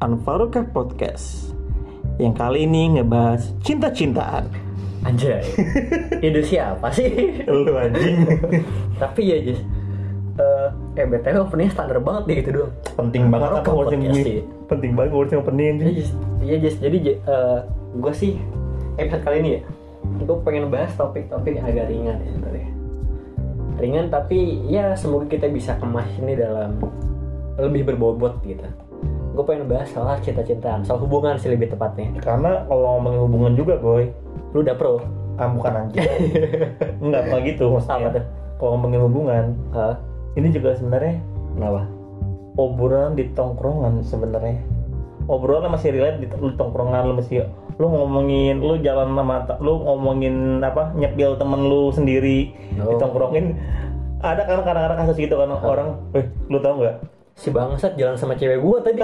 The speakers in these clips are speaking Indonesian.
Anfarukah Podcast yang kali ini ngebahas cinta-cintaan. Anjay, ide siapa sih? Lu anjing. Tapi ya Jess, BTW openingnya standar banget deh gitu doang. Penting banget apa ngurusin podcast ini. sih. Penting banget ngurusin opening anjing. Iya Jess, jadi gue sih episode kali ini ya, gue pengen bahas topik-topik yang agak ringan ya sebenarnya. Ringan tapi ya semoga kita bisa kemas ini dalam lebih berbobot gitu. Gue pengen bahas soal cinta-cintaan, soal hubungan sih lebih tepatnya. Karena kalau ngomongin hubungan juga, boy, Lu udah pro? bukan anjing. Enggak gitu maksudnya. Apa tuh? Kalau ngomongin hubungan, Hah? ini juga sebenarnya Kenapa? obrolan di tongkrongan sebenarnya. Obrolan masih relate di tongkrongan, lu ngomongin, lu jalan sama lu ngomongin apa, nyepil temen lu sendiri Oh. ditongkrongin. Ada kan kadang-kadang kasus gitu kan orang, lu tau nggak? Si bangsat jalan sama cewek gua tadi.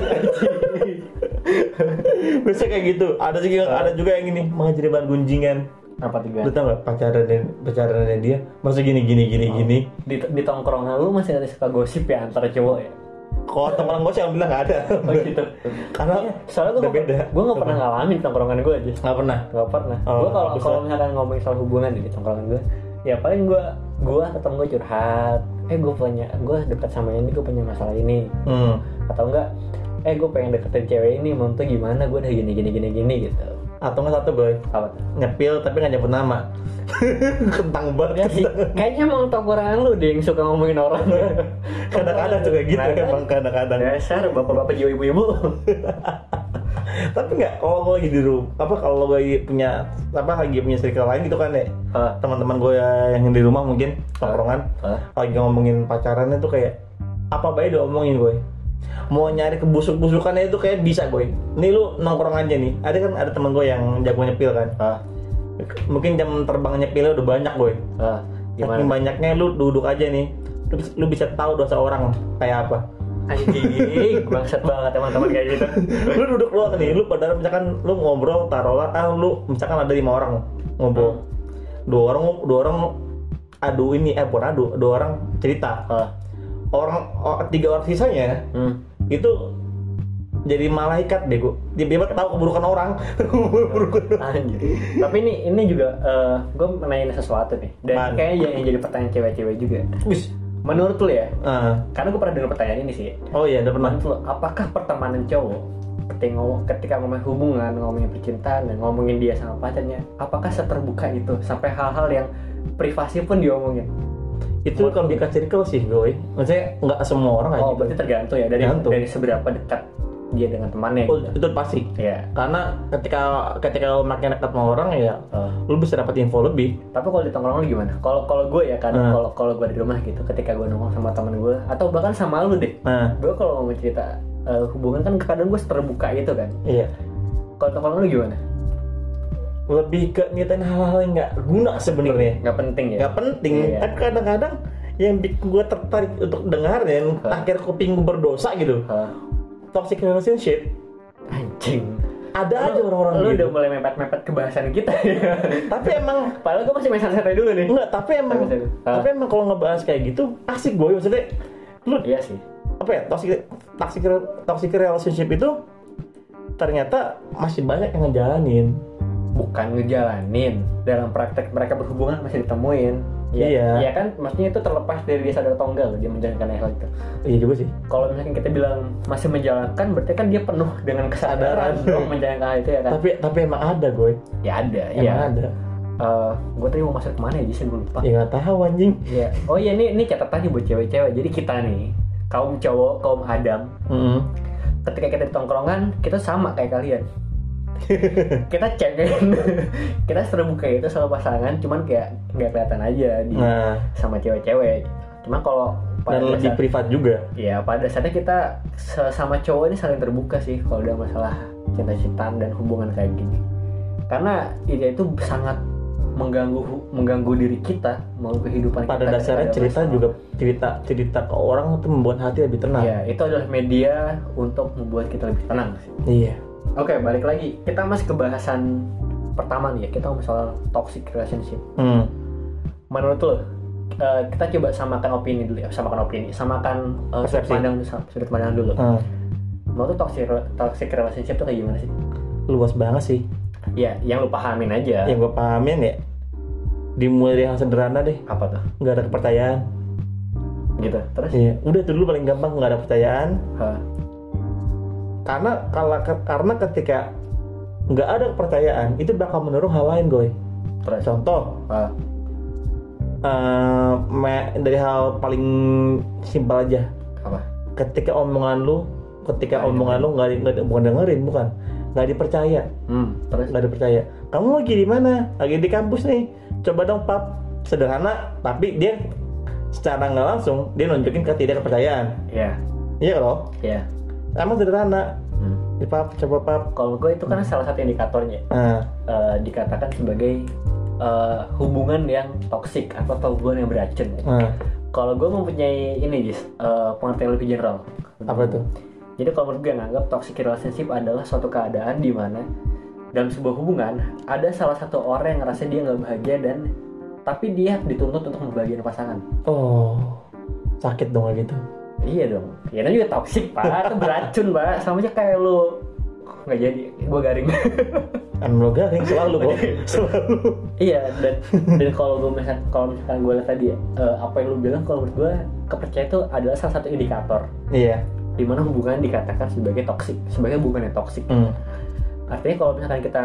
Biasanya kayak gitu. Ada juga yang ini mengajar bahan gunjingan. Apa tiga? Lu tau nggak pacarannya dia masa gini. Di tongkrongan lu masih ada suka gosip ya antara cowok ya? Kalau teman gue sih yang bilang nggak ada. Oh gitu. Karena Soalnya gue udah beda. nggak pernah ngalamin di tongkrongan gue aja. Nggak pernah. Gak pernah. Oh, Gue bagus kalau lah. misalkan ngomongin soal hubungan di tongkrongan gue, ya paling gue atau temen gue curhat. Gue dekat sama ini, gue punya masalah ini. Atau enggak, gue pengen deketin cewek ini, mau tuh gimana? Gue udah gini gitu. Atau nggak satu boy, Apa tuh? nyepil tapi nggak nyebut nama. Kentang Ya banget. sih, kayaknya emang tongkrongan lu deh yang suka ngomongin orang. Kadang-kadang juga gitu Nah, emang kadang-kadang. Dasar bapak-bapak jiwa ibu-ibu. Tapi nggak, kalau gue lagi di rumah, kalau gue lagi punya circle lain gitu kan ya, teman-teman gue yang di rumah mungkin tongkrongan, lagi ngomongin pacarannya tuh kayak apa baik diomongin gue. Mau nyari kebusuk-busukannya itu kayak bisa gue. Nih lu nongkrong aja nih. Ada teman gue yang jago nyepil kan. Mungkin jam terbang nyepilnya udah banyak gue. Saking banyaknya lu duduk aja nih. Lu bisa tahu dosa orang kayak apa. Anjing, bangsat banget teman-teman kayak gitu. Lu duduk lu nih, lu padahal misalkan lu ngobrol taruhlah lu misalkan ada 5 orang ngobrol. Dua orang dua orang cerita. Tiga orang sisanya itu jadi malaikat deh, dia tahu keburukan orang. Anjir. Tapi ini juga gue menanyain sesuatu nih. Dan kayaknya yang jadi pertanyaan cewek-cewek juga. Wis, menurut lu ya? Karena gue pernah dengar pertanyaan ini sih. Oh iya, udah pernah. Menurut lu, apakah pertemanan cowok ketika ngomongin hubungan, ngomongin percintaan, dan ngomongin dia sama pacarnya, apakah seterbuka itu sampai hal-hal yang privasi pun diomongin? Itu kalau di circle sih, gue. Maksudnya nggak semua orang kayak gitu. Berarti tergantung ya dari seberapa dekat dia dengan temannya. Itu pasti. Iya. Karena ketika lo makin dekat sama orang ya, lo bisa dapat info lebih. Tapi kalau di tongkrongan lu gimana? Kalau gue ya kan, kalau gue di rumah gitu, ketika gue nongkrong sama teman gue atau bahkan sama lu deh, gue kalau mau cerita hubungan kan kadang gue terbuka gitu kan. Iya. Kalau tongkrongan lu gimana? Lebih ke ngitain hal-hal yang nggak guna sebenarnya. Nggak penting ya. Nggak penting. Iya. Tapi kadang-kadang yang bikin gue tertarik untuk dengerin, akhir kuping gue berdosa gitu. Toxic relationship. Anjing. Ada aja orang-orang lu gitu. udah mulai mepet-mepet ke bahasan kita. Tapi emang Padahal gue masih main santai dulu nih. enggak, tapi emang kalau ngebahas kayak gitu asik boy, maksudnya lu Iya sih. apa ya, toxic relationship itu ternyata masih banyak yang ngejalanin. Bukan ngejalanin, dalam praktek mereka berhubungan masih ditemuin. Iya. Iya kan, maksudnya itu terlepas dari dia sadar atau enggak loh dia menjalankan hal itu. Iya juga sih. Kalau misalkan kita bilang masih menjalankan, berarti kan dia penuh dengan kesadaran dong menjalankan hal itu ya kan. Tapi emang ada gue. Ya ada. Emang ada. Gue tadi mau masuk kemana ya sih, gue lupa. Ya nggak tahu anjing. Iya. Oh iya, ini catatannya buat cewek-cewek. Jadi kita nih kaum cowok, kaum Adam. Ketika kita di tongkrongan, kita sama kayak kalian. Kita cengeng, kita terbuka itu sama pasangan, cuman kayak nggak kelihatan aja sama cewek-cewek. Cuma kalau dan lebih privat juga. Ya pada dasarnya kita sama cowok ini saling terbuka sih kalau udah masalah cinta-cintaan dan hubungan kayak gini. Karena itu sangat mengganggu diri kita, mengganggu kehidupan kita. Pada dasarnya cerita ke orang itu membuat hati lebih tenang. Ya, itu adalah media untuk membuat kita lebih tenang sih. Iya. Oke, balik lagi. Kita masih ke bahasan pertama nih ya. Kita ngomong soal toxic relationship. Menurut lo, kita coba samakan opini dulu ya. Samakan sudut pandang dulu. Mau tuh toxic relationship tuh kayak gimana sih? Luas banget sih. Ya, yang lu pahamin aja. Yang gue pahamin ya, dimulai dari hal sederhana deh. Apa tuh? Nggak ada kepercayaan. Gitu. Terus? Iya, udah itu dulu paling gampang, nggak ada kepercayaan. Karena ketika nggak ada kepercayaan, itu bakal menurun hal lain, Goy. Terus? Contoh, dari hal paling simpel aja. Apa? Ketika omongan lu nggak dipercaya. Terus? Nggak dipercaya. Kamu lagi di mana? Lagi di kampus nih. Coba dong, Pap. Sederhana, tapi dia secara nggak langsung dia nunjukin ketidakpercayaan. Iya. Iya loh. Iya. Emang sederhana. Pap, coba Pap. Kalau gue itu kan salah satu indikatornya. Dikatakan sebagai hubungan yang toksik atau hubungan yang beracun. Kalau gue mempunyai ini, pengertian lebih general. Apa itu? Jadi kalau menurut gue nganggap toxic relationship adalah suatu keadaan di mana dalam sebuah hubungan ada salah satu orang yang ngerasa dia nggak bahagia tapi dia dituntut untuk membahagiakan pasangan. Oh, sakit dong kayak gitu. Iya dong. Ya itu juga toxic, Pak. Itu beracun, Pak. Sama aja kayak lu nggak jadi, gue garing. Lo garing selalu kok. Selalu. Iya, dan kalau misalkan gue lihat tadi apa yang lu bilang, kalau menurut gue kepercayaan itu adalah salah satu indikator. Iya. Di mana hubungan dikatakan sebagai toksik, sebagai hubungan yang toksik. Artinya kalau misalkan kita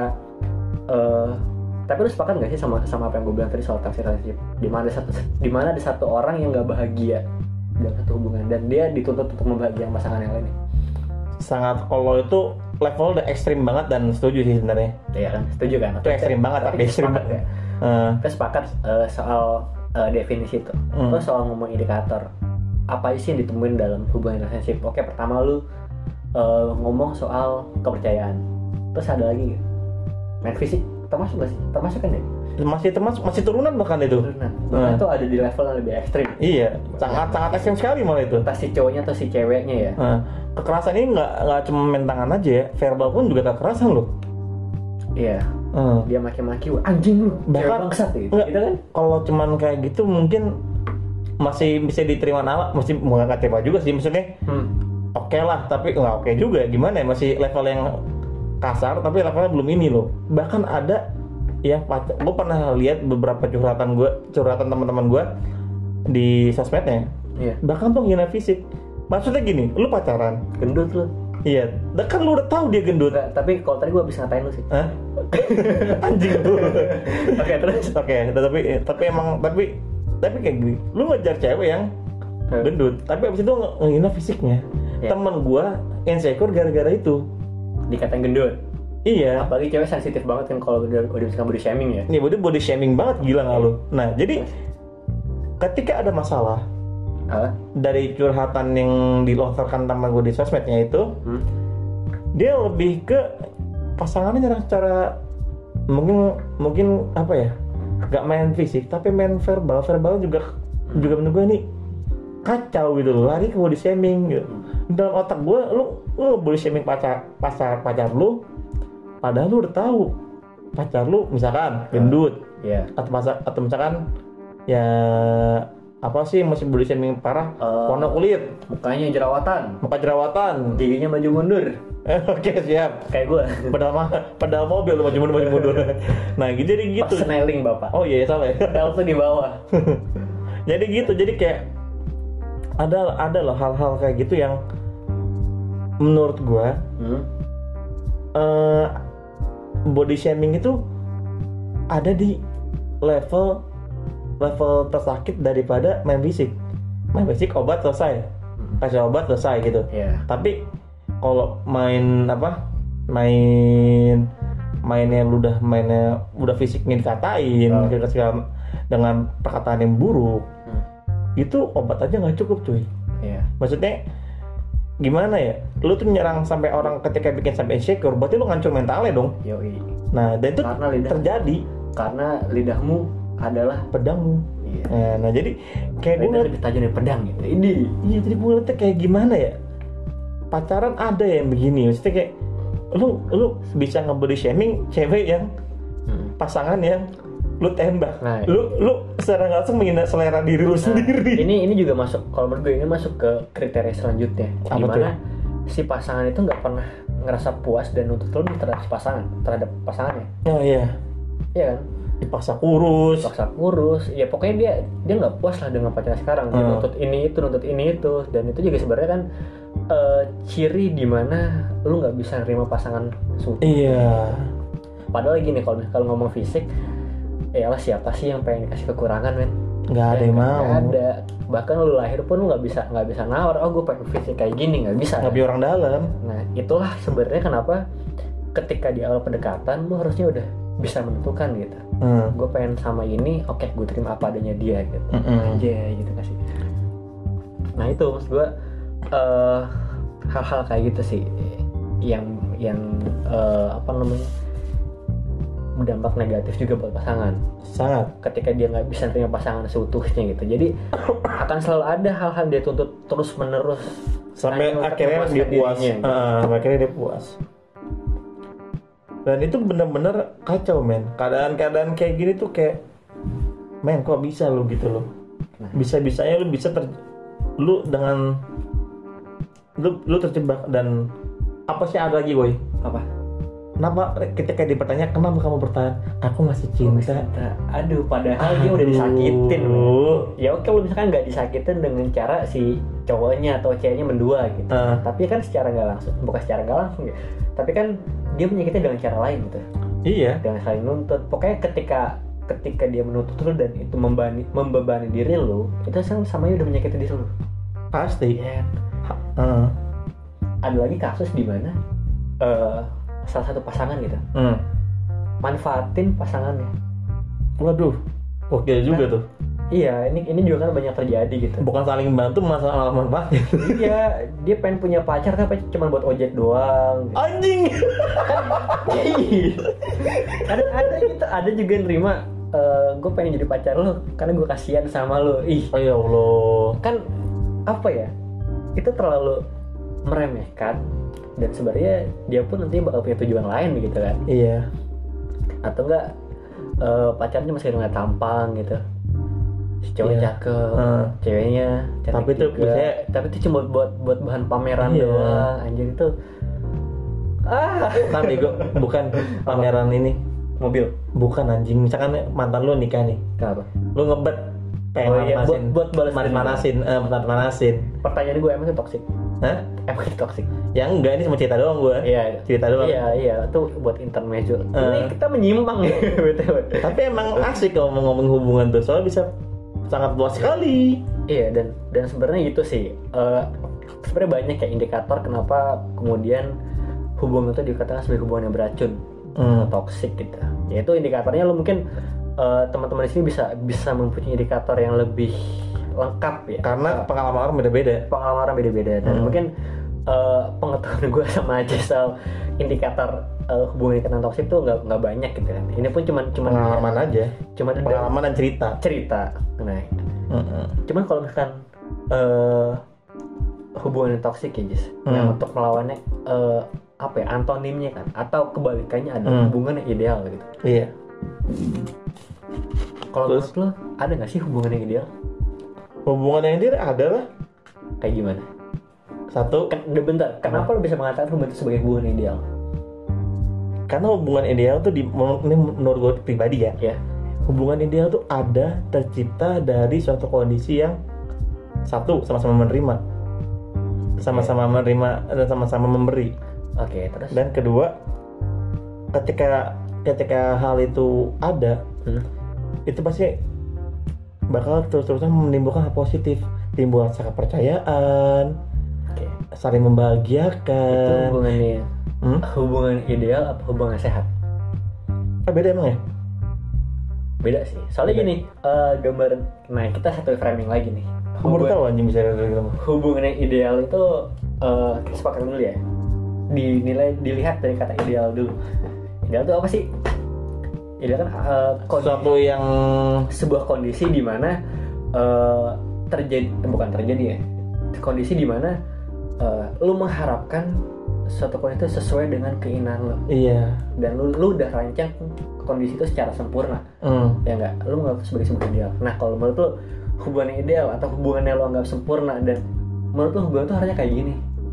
tapi lu sepakat nggak sih sama apa yang gue bilang tadi soal toxic relationship? Di mana ada satu orang yang nggak bahagia dalam satu hubungan dan dia dituntut untuk membahagiakan pasangan yang lainnya. Sangat, kalau itu level udah ekstrim banget dan setuju sih sebenarnya. Iya kan, setuju kan? Itu ekstrim banget, tapi ekstrim banget. Kita sepakat soal definisi itu. Terus soal ngomong indikator, apa sih yang ditemuin dalam hubungan relationship? Oke, pertama lu ngomong soal kepercayaan. Terus ada lagi nggak? Main fisik termasuk nggak sih? Termasuk kan ya? Masih turunan bahkan itu. Bahkan itu ada di level yang lebih ekstrim. Iya, sangat ekstrim sekali malah itu. Entah si cowoknya atau si ceweknya ya. Kekerasan ini nggak cuma main tangan aja ya, verbal pun juga kekerasan loh. Iya. Dia maki-maki, anjing lu, bahkan bangsat gitu. Gitu kan? Kalau cuman kayak gitu mungkin masih bisa diterima masih nggak terima juga sih, maksudnya. Oke lah, tapi nggak oke juga. Gimana ya, masih level yang kasar, tapi levelnya belum ini loh. Bahkan ada ya, gue pernah lihat beberapa curhatan teman-teman gue di sosmednya. Iya. Bahkan tuh hina fisik. Maksudnya gini, lu pacaran gendut lu. Iya, kan lu udah tahu dia gendut. Nggak, tapi kalau tadi gue habis ngatain lu sih. Hah? Anjing lu. Oke, terus. Oke, tapi kayak gini, lu ngejar cewek yang gendut, tapi abis itu ngehina fisiknya. Temen gue insecure gara-gara itu. Dikatain gendut. Iya. Apalagi cewek sensitif banget kan kalau udah misalkan body shaming ya. Nih, body shaming banget, gila nggak lu? Nah, jadi ketika ada masalah dari curhatan yang dilontarkan teman gue di sosmednya itu, dia lebih ke pasangannya nyerang secara mungkin apa ya? Gak main fisik, tapi main verbal juga menurut gue nih kacau gitu loh, lari ke body shaming gitu. Dalam otak gue, lu body shaming pacar lu, padahal lu udah tahu pacar lu misalkan gendut, atau misalkan ya apa sih, masih body shaming parah, warna kulit, muka jerawatan, giginya maju mundur. Oke, siap. Kayak gue. Pedal mobil lu maju mundur. Nah, jadi gitu. Persneling, Bapak. Oh iya, salah ya. Pedal tuh di bawah. Jadi gitu, jadi kayak ada loh hal-hal kayak gitu yang menurut gue body shaming itu ada di level tersakit daripada main fisik. Main fisik obat selesai, kasih obat selesai gitu. Tapi kalau mainnya udah fisiknya dikatain dengan perkataan yang buruk, itu obat aja nggak cukup cuy. Maksudnya gimana ya, lu tuh nyerang sampai orang ketika bikin sampai insecure, berarti lu ngancur mentalnya dong. Nah, dan itu terjadi karena lidahmu adalah pedangmu. Nah, jadi kayak gue lebih tajam dari pedang gitu. Iya, jadi gue liatnya kayak gimana ya, pacaran ada yang begini, maksudnya kayak lu bisa nge-body shaming cewek yang pasangan yang lu tembak. Nah, lu secara langsung menghina selera diri lu sendiri. Ini juga masuk, kalau menurut gue ini masuk ke kriteria selanjutnya. Gimana si pasangan itu nggak pernah ngerasa puas dan nuntut lebih terhadap pasangannya. Oh iya. Iya kan? Dipaksa kurus. Ya pokoknya dia nggak puas lah dengan pacarnya sekarang. Dia nuntut ini itu, dan itu juga sebenarnya kan ciri dimana lu nggak bisa nerima pasangan seutuh. Iya. Padahal gini, kalau ngomong fisik, ya lah siapa sih yang pengen kasih kekurangan, men? Nggak ada yang mau. Nggak ada. Bahkan lu lahir pun lu nggak bisa nawar, oh gue pengen fisik kayak gini, nggak bisa. Nggak orang dalam. Nah itulah sebenarnya kenapa ketika di awal pendekatan lu harusnya udah bisa menentukan gitu. Gue pengen sama ini, oke, gue terima apa adanya dia gitu. Aja gitu kasih. Nah itu maksud gue hal-hal kayak gitu sih yang berdampak negatif juga buat pasangan. Sangat. Ketika dia nggak bisa terima pasangan seutuhnya gitu, jadi akan selalu ada hal-hal dia tuntut terus menerus sampai akhirnya dia puas. Akhirnya dia puas. Dan itu benar-benar kacau, men. Keadaan kayak gini tuh kayak, men, kok bisa lu gitu loh. Bisa-bisanya lu dengan lu terjebak. Dan apa sih ada lagi, boy? Apa? Kenapa ketika dipertanya kenapa kamu bertahan? Aku masih cinta. Aduh, padahal dia udah disakitin. Ya oke, lu misalkan nggak disakitin dengan cara si cowoknya atau ceweknya mendua gitu. Tapi kan secara nggak langsung, bukan secara nggak langsung ya. Tapi kan dia menyakiti dengan cara lain gitu. Iya. Dengan saling nuntut. Pokoknya ketika dia menuntut lu dan itu membebani diri lu, itu sama udah menyakiti diri lu. Pasti. Yeah. Ada lagi kasus di mana salah satu pasangan gitu manfaatin pasangannya. Waduh, oke juga tuh. Iya, ini juga kan banyak terjadi gitu. Bukan saling bantu, masalah manfaat. Iya, dia pengen punya pacar tapi cuma buat ojek doang gitu. Anjing. ada gitu, ada juga yang nerima gue pengen jadi pacar lo karena gue kasihan sama lo. Oh ya Allah. Kan apa ya, itu terlalu meremehkan. Dan sebenarnya dia pun nanti bakal punya tujuan lain gitu kan. Iya. Atau enggak pacarnya masih ngeliat tampang gitu, si cowok cakep, ceweknya cantik tapi itu juga. Tapi itu cuma buat bahan pameran doang. Anjir itu tapi gue bukan pameran ini mobil. Bukan anjing, misalkan mantan lu nikah nih. Kenapa? Lu ngebet pengen buat balas manasin. Pertanyaan gue, emang itu toksik? Hah? Emang itu toksik? Ya enggak, ini cuma cerita doang gue. Iya, cerita doang. Iya, itu buat intermezzo. Ini kita menyimpang ya, betul. Tapi emang asik kalau ngomong hubungan tuh, soalnya bisa sangat luas sekali. Iya, dan sebenarnya gitu sih. Sebenarnya banyak kayak indikator kenapa kemudian hubungan itu dikatakan sebagai hubungan yang beracun, toksik gitu. Yaitu indikatornya lo mungkin teman-teman di sini bisa mempunyai indikator yang lebih lengkap ya. Karena pengalaman orang beda-beda. Dan mungkin pengetahuan gue sama aja soal indikator hubungan ikatan toksik tuh nggak banyak gitu kan. Ini pun cuma pengalaman aja. Cuma pengalaman dan cerita. Nah, cuman kalau misalkan hubungan yang toksik ya Jis, yang untuk melawannya apa ya, antonimnya kan, atau kebalikannya ada hubungan yang ideal gitu. Iya. Kalau menurut lo ada nggak sih hubungan yang ideal? Hubungan yang ideal ada lah. Kayak gimana? Satu, bentar. Kenapa lo bisa mengatakan hubungan itu sebagai hubungan yang ideal? Karena hubungan ideal tuh ini menurut gue pribadi ya. Yeah. Hubungan ideal tuh ada tercipta dari suatu kondisi yang satu, sama-sama menerima, sama-sama menerima dan sama-sama memberi. Oke, terus? Dan kedua, ketika hal itu ada, itu pasti bakal terus-terusan menimbulkan hal positif, timbul rasa kepercayaan, saling membahagiakan. Itu hubungannya hubungan ideal apa hubungan sehat? Beda emang ya? Beda sih. Soalnya gini, gambaran. Nah, kita satu framing lagi nih. Baru tahu anjing bisa gitu. Hubungan yang ideal itu kita sepakat dulu ya. Dilihat dari kata ideal dulu. Ideal itu apa sih? Ideal kan sesuatu yang sebuah kondisi di mana terjadi ya. Kondisi di mana lu mengharapkan suatu kondisi itu sesuai dengan keinginan lu. Iya. Dan lu udah rancang kondisi itu secara sempurna. Ya enggak? Lu nggak sebagai sebuah ideal. Nah, kalau menurut lu hubungan yang ideal atau hubungan yang lu anggap sempurna dan menurut lu hubungan itu harusnya kayak gini?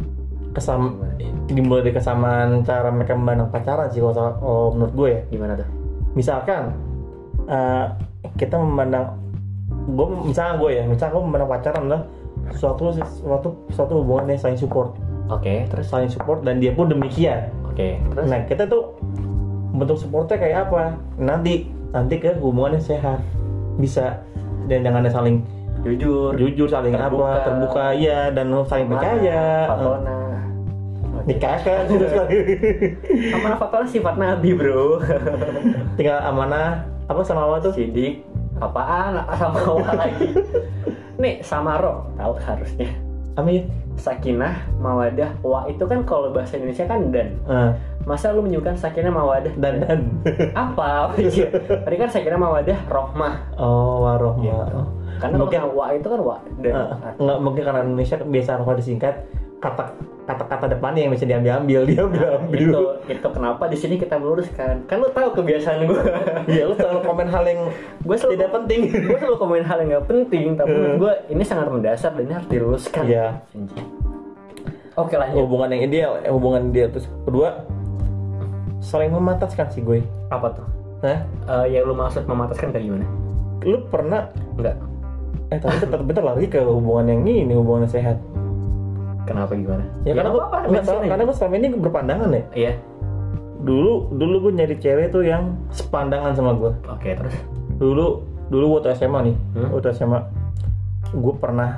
dimulai dari kesamaan cara mereka memandang pacaran sih kalau menurut gue ya. Gimana tuh? Misalkan kita memandang misalnya gue memandang pacaran adalah suatu hubungan yang saling support. Oke, terus saling support dan dia pun demikian. Oke, terus nah kita tuh bentuk supportnya kayak apa? Nanti ke hubungannya sehat bisa, dan jangan ada saling jujur saling terbuka ya, dan saling percaya. Nikah kan amanah fatona sifat nabi bro. Tinggal amanah apa sama apa tuh? Sidik apaan sama apa lagi? Nih Samaro tahu harusnya. Amin. Sakinah, mawadah, wa itu kan kalau bahasa Indonesia kan dan. Masa lu menyebutkan sakinah, mawadah dan apa? Tadi kan sakinah, mawadah, rohmah. Oh, warohmah. Gitu. Karena mungkin wa itu kan wa dan. Enggak mungkin karena Indonesia kebiasaan kalau disingkat kata-kata depannya yang bisa diambil. Itu kenapa di sini kita meluruskan. Kan lu tahu kebiasaan gue. Iya, lu selalu komen hal yang tidak penting. Gue selalu komen hal yang nggak penting, tapi menurut gue ini sangat mendasar dan ini harus diluruskan. Iya. Oke, lanjut. Hubungan yang ideal, terus kedua saling memataskan sih gue. Apa tuh? Yang lu maksud memataskan kayak gimana? Lu pernah? Enggak. Tapi tetap lari ke hubungan yang ini, hubungan yang sehat. Kenapa gimana? Ya karena gue selama ini berpandangan ya. Iya. Dulu gue nyari cewek tuh yang sepandangan sama gue. Oke, terus? Dulu waktu SMA nih, waktu SMA gue pernah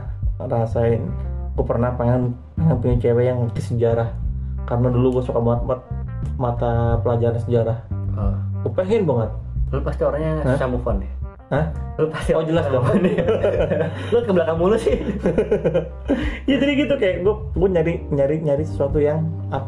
pengen punya cewek yang ngerti sejarah. Karena dulu gue suka banget mata pelajaran sejarah. Gue pengen banget. Lu pasti orangnya susah move on deh. Lu pasti jelas dong. Lu ke belakang mulu sih. Ya jadi gitu, kayak gue nyari sesuatu yang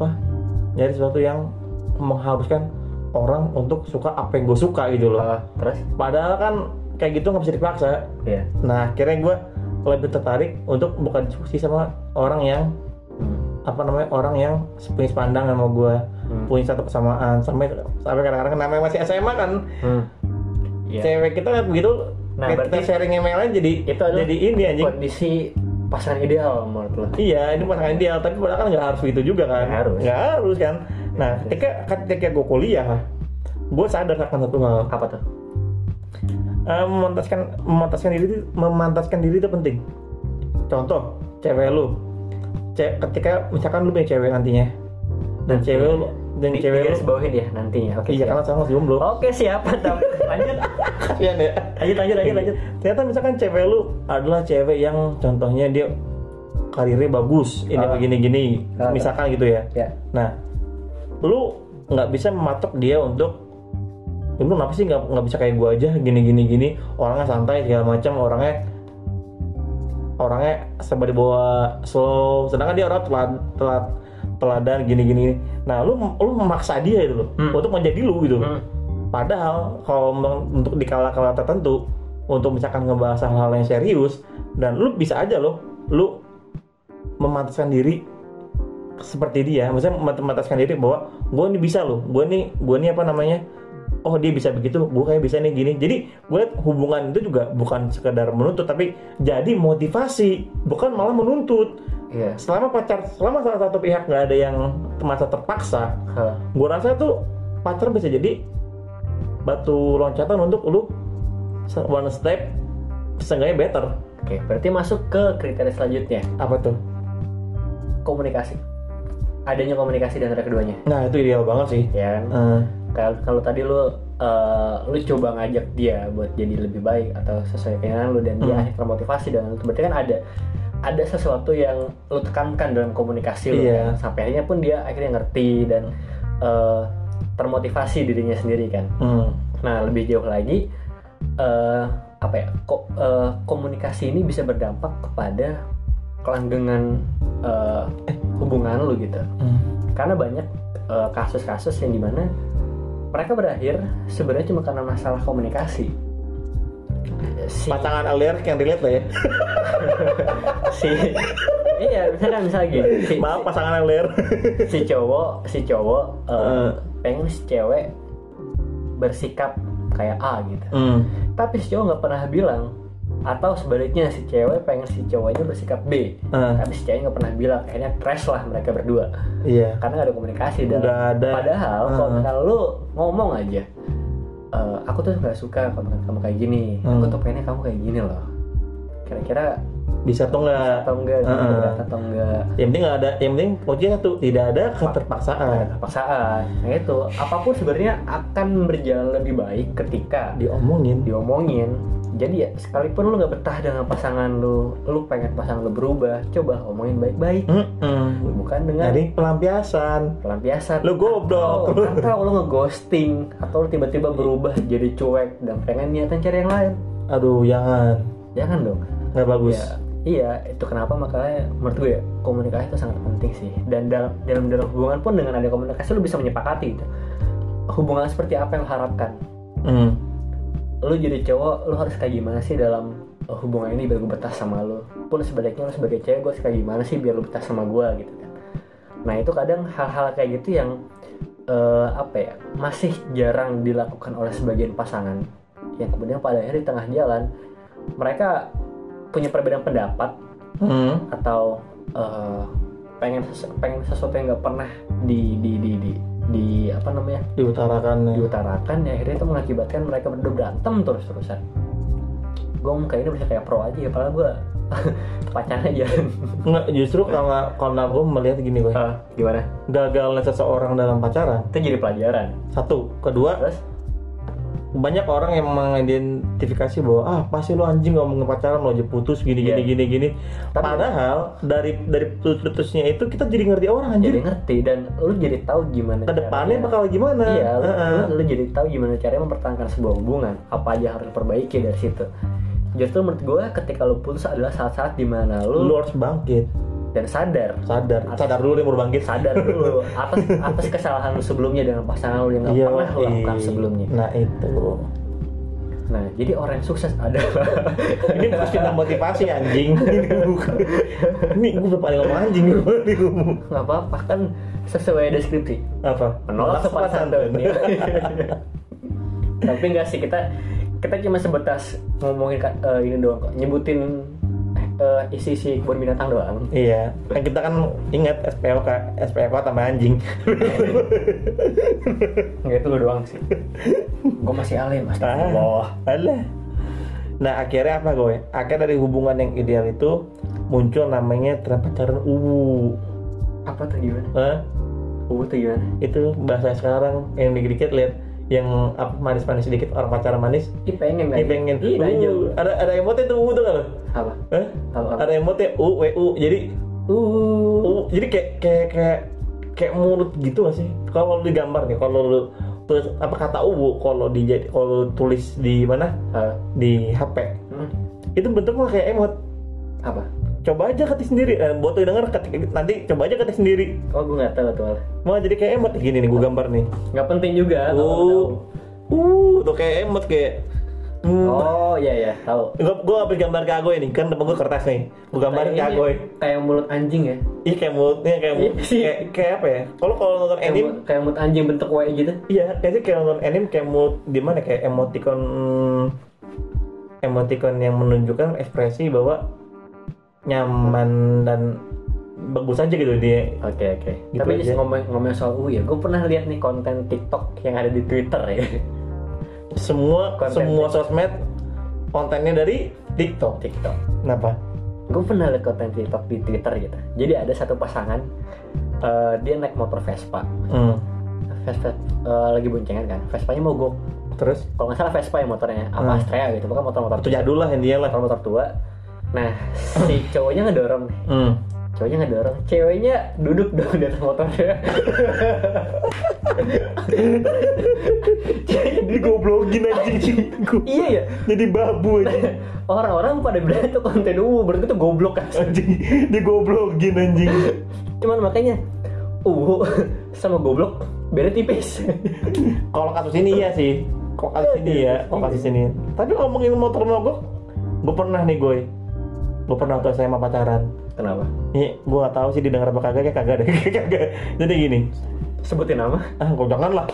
mengharuskan orang untuk suka apa yang gue suka gitu loh. Terus? Padahal kan kayak gitu nggak bisa dipaksa. Iya. Nah akhirnya gue lebih tertarik untuk bukan diskusi sama orang yang orang yang punya sepandangan sama gue, punya satu kesamaan, sampai kadang-kadang namanya masih SMA kan. Cewek kita lihat begitu, kita sharing emailnya jadi ini anjing. Kondisi pasangan ideal menurut lo? Iya, ini pasangan ideal, tapi padahal kan nggak harus gitu juga kan? Nggak harus kan? Nah, ketika gue kuliah, gue sadar akan satu hal. Apa tuh? Memantaskan diri itu penting. Contoh, cewek lu, ketika misalkan lu punya cewek nantinya, dan cewek lu garis bawahin ya nantinya. Oke. Iya, karena sama jomblo. Oke, siap. Lanjut. Kasian ya. Lanjut. Ternyata misalkan cewek lu adalah cewek yang contohnya dia karirnya bagus, ini begini-gini, misalkan gitu ya. Nah, lu nggak bisa mematok dia untuk lu kenapa sih nggak bisa kayak gua aja gini, orangnya santai segala macam, orangnya serba dibawa slow, sedangkan dia orang teladan gini. Nah, lu memaksa dia itu loh untuk menjadi lu gitu. Padahal kalau untuk di kala-kala tertentu, untuk misalkan ngebahas hal-hal yang serius, dan lu bisa aja lu memantaskan diri seperti dia, maksudnya memantaskan diri bahwa gue ini bisa loh, gue ini apa namanya, oh dia bisa begitu, gue kayak bisa nih gini. Jadi gue liat hubungan itu juga bukan sekedar menuntut, tapi jadi motivasi, bukan malah menuntut. Yeah. Selama salah satu pihak nggak ada yang merasa terpaksa, gue rasa tuh pacar bisa jadi batu loncatan untuk lu one step seenggaknya better. Oke, berarti masuk ke kriteria selanjutnya. Apa tuh? Komunikasi. Adanya komunikasi di antara keduanya. Nah, itu ideal banget sih. Ya kan? Kalau tadi lu coba ngajak dia buat jadi lebih baik atau sesuai keinginan lu, dan dia akhirnya termotivasi, dan itu berarti kan ada sesuatu yang lu tekankan dalam komunikasi lu, kan? Sampai akhirnya pun dia akhirnya ngerti dan termotivasi dirinya sendiri kan. Nah, lebih jauh lagi komunikasi ini bisa berdampak kepada kelanggengan hubungan lu gitu. Karena banyak kasus-kasus yang dimana mereka berakhir sebenarnya cuma karena masalah komunikasi. Pasangan LDR yang relate lah ya. misalnya gini. Maaf pasangan LDR. si cowok pengen si cewek bersikap kayak A gitu. Tapi si cowok nggak pernah bilang Atau sebaliknya si cewek pengen si cowoknya bersikap B, tapi si ceweknya nggak pernah bilang, akhirnya crash lah mereka berdua. Iya. Karena nggak ada komunikasi dan ada. Padahal kalau lu ngomong aja, aku tuh nggak suka kamu kayak gini, aku tuh pengennya kamu kayak gini loh. Kira-kira bisa atau enggak? Atau enggak? Yang penting nggak ada, yang penting kuncinya satu, tidak ada keterpaksaan. Nah itu, apapun sebenarnya akan berjalan lebih baik ketika diomongin. Jadi ya sekalipun lu nggak betah dengan pasangan lu pengen pasangan lu berubah, coba omongin baik-baik. Bukan dengan jadi pelampiasan. Lu goblok. Atau lu ngeghosting, atau lu tiba-tiba berubah jadi cuek dan pengen niatan cari yang lain. Aduh, jangan dong. Nggak bagus. Ya, iya, itu kenapa makanya menurut gue ya komunikasi itu sangat penting sih. Dan dalam hubungan pun dengan ada komunikasi lu bisa menyepakati gitu. Hubungan seperti apa yang lu harapkan. Lu jadi cowok, lu harus kayak gimana sih dalam hubungan ini biar gue betah sama lu. Pun sebaliknya lu sebagai cewek, gue harus kayak gimana sih biar lu betah sama gue gitu kan. Nah itu kadang hal-hal kayak gitu yang masih jarang dilakukan oleh sebagian pasangan. Yang kemudian pada akhirnya di tengah jalan mereka punya perbedaan pendapat atau pengen sesuatu yang nggak pernah diutarakan ya, akhirnya itu mengakibatkan mereka berdua berantem terus-terusan. Gue kayak ini bisa kayak pro aja ya, padahal gue pacarnya aja. Nggak, justru karena gue melihat gini gue. Gimana? Gagalnya seseorang dalam pacaran itu jadi pelajaran. Satu, kedua, terus banyak orang yang mengidentifikasi bahwa pasti lu anjing ngomongin pacaran lo aja putus gini. Padahal dari putusnya itu kita jadi ngerti orang anjing. Jadi ngerti dan lu jadi tahu gimana kedepannya bakal gimana. Iya, lu jadi tahu gimana caranya mempertahankan sebuah hubungan. Apa aja harus diperbaiki dari situ. Justru menurut gue ketika lu putus adalah saat-saat dimana lu harus bangkit dan sadar dulu nih, baru bangkit. Sadar dulu atas kesalahan lu sebelumnya dengan pasangan lu yang nggak pernah lu lakukan sebelumnya. Nah itu. Nah jadi orang yang sukses adalah ini bukan kita motivasi anjing. Ini gue udah paling ngomong anjing. Nggak apa-apa kan sesuai deskripsi. Apa? Menolak sopan santun. Tapi nggak sih, kita cuma sebatas ngomongin ini doang kok, nyebutin isi kebun binatang doang. Iya, kan kita kan ingat SPOK tambah anjing. Nggak itu lo doang sih. Gue masih alim, astagfirullah. Alah. Nah akhirnya apa gue? Akhirnya dari hubungan yang ideal itu muncul namanya pacaran uwu. Apa tuh gimana? Uwu tuh gimana? Itu bahasa sekarang yang dikit-dikit lihat yang manis-manis sedikit, orang pacaran manis. Pengen. Ada emotnya tuh tuh kan? Apa? Ada emotnya WU. Jadi jadi kayak mulut gitu gak sih? Kalau lu digambar nih, kalau lu tulis kata kalau tulis di mana? Di HP. Itu bentuknya kayak emot. Apa? Coba aja ketik sendiri, buat tuh denger nanti coba aja ketik sendiri. Oh gue nggak tahu tuh. Mau jadi kayak emot gini nih, gue gambar nih. Nggak penting juga. Tuh kayak emot kayak. Oh iya tahu. Gue ambil gambar kagoy nih, kan depan gue kertas nih. Gue gambarin kagoy. Kayak mulut anjing ya? Iya kayak mulutnya kayak apa ya? Kalau nonton anime kayak mulut anjing bentuk W gitu. Iya, kayaknya kayak nonton anime kayak mulut di mana kayak emoticon yang menunjukkan ekspresi bahwa nyaman dan bagus aja gitu dia. Oke. Gitu. Tapi ngomong soal ya, gue pernah lihat nih konten TikTok yang ada di Twitter ya. Semua sosmed kontennya dari TikTok. Kenapa? Gue pernah lihat konten TikTok di Twitter gitu. Jadi ada satu pasangan, dia naik motor Vespa. Vespa lagi boncengan kan. Vespanya mogok. Terus? Kalau nggak salah Vespa ya motornya, apa Astrea gitu. Bukan motor-motor itu jadul lah intinya lah. Motor tua. Nah, si cowoknya ngedorong nih. Ceweknya duduk dong di atas motornya. Jadi goblogin anjing. Iya ya. Jadi babu aja. Orang-orang pada bilang itu konten berarti itu goblok kan. Anjing, digoblogin anjing. Cuman makanya sama goblok beda tipis. Kalau kasus ini iya sih. Kasus ini. Tapi ngomongin motor mogok, gue pernah nih gue pernah waktu SMA pacaran. Kenapa? Gue gak tahu sih didengar apa kagak deh. Jadi gini, Sebutin nama. Kok jangan lah.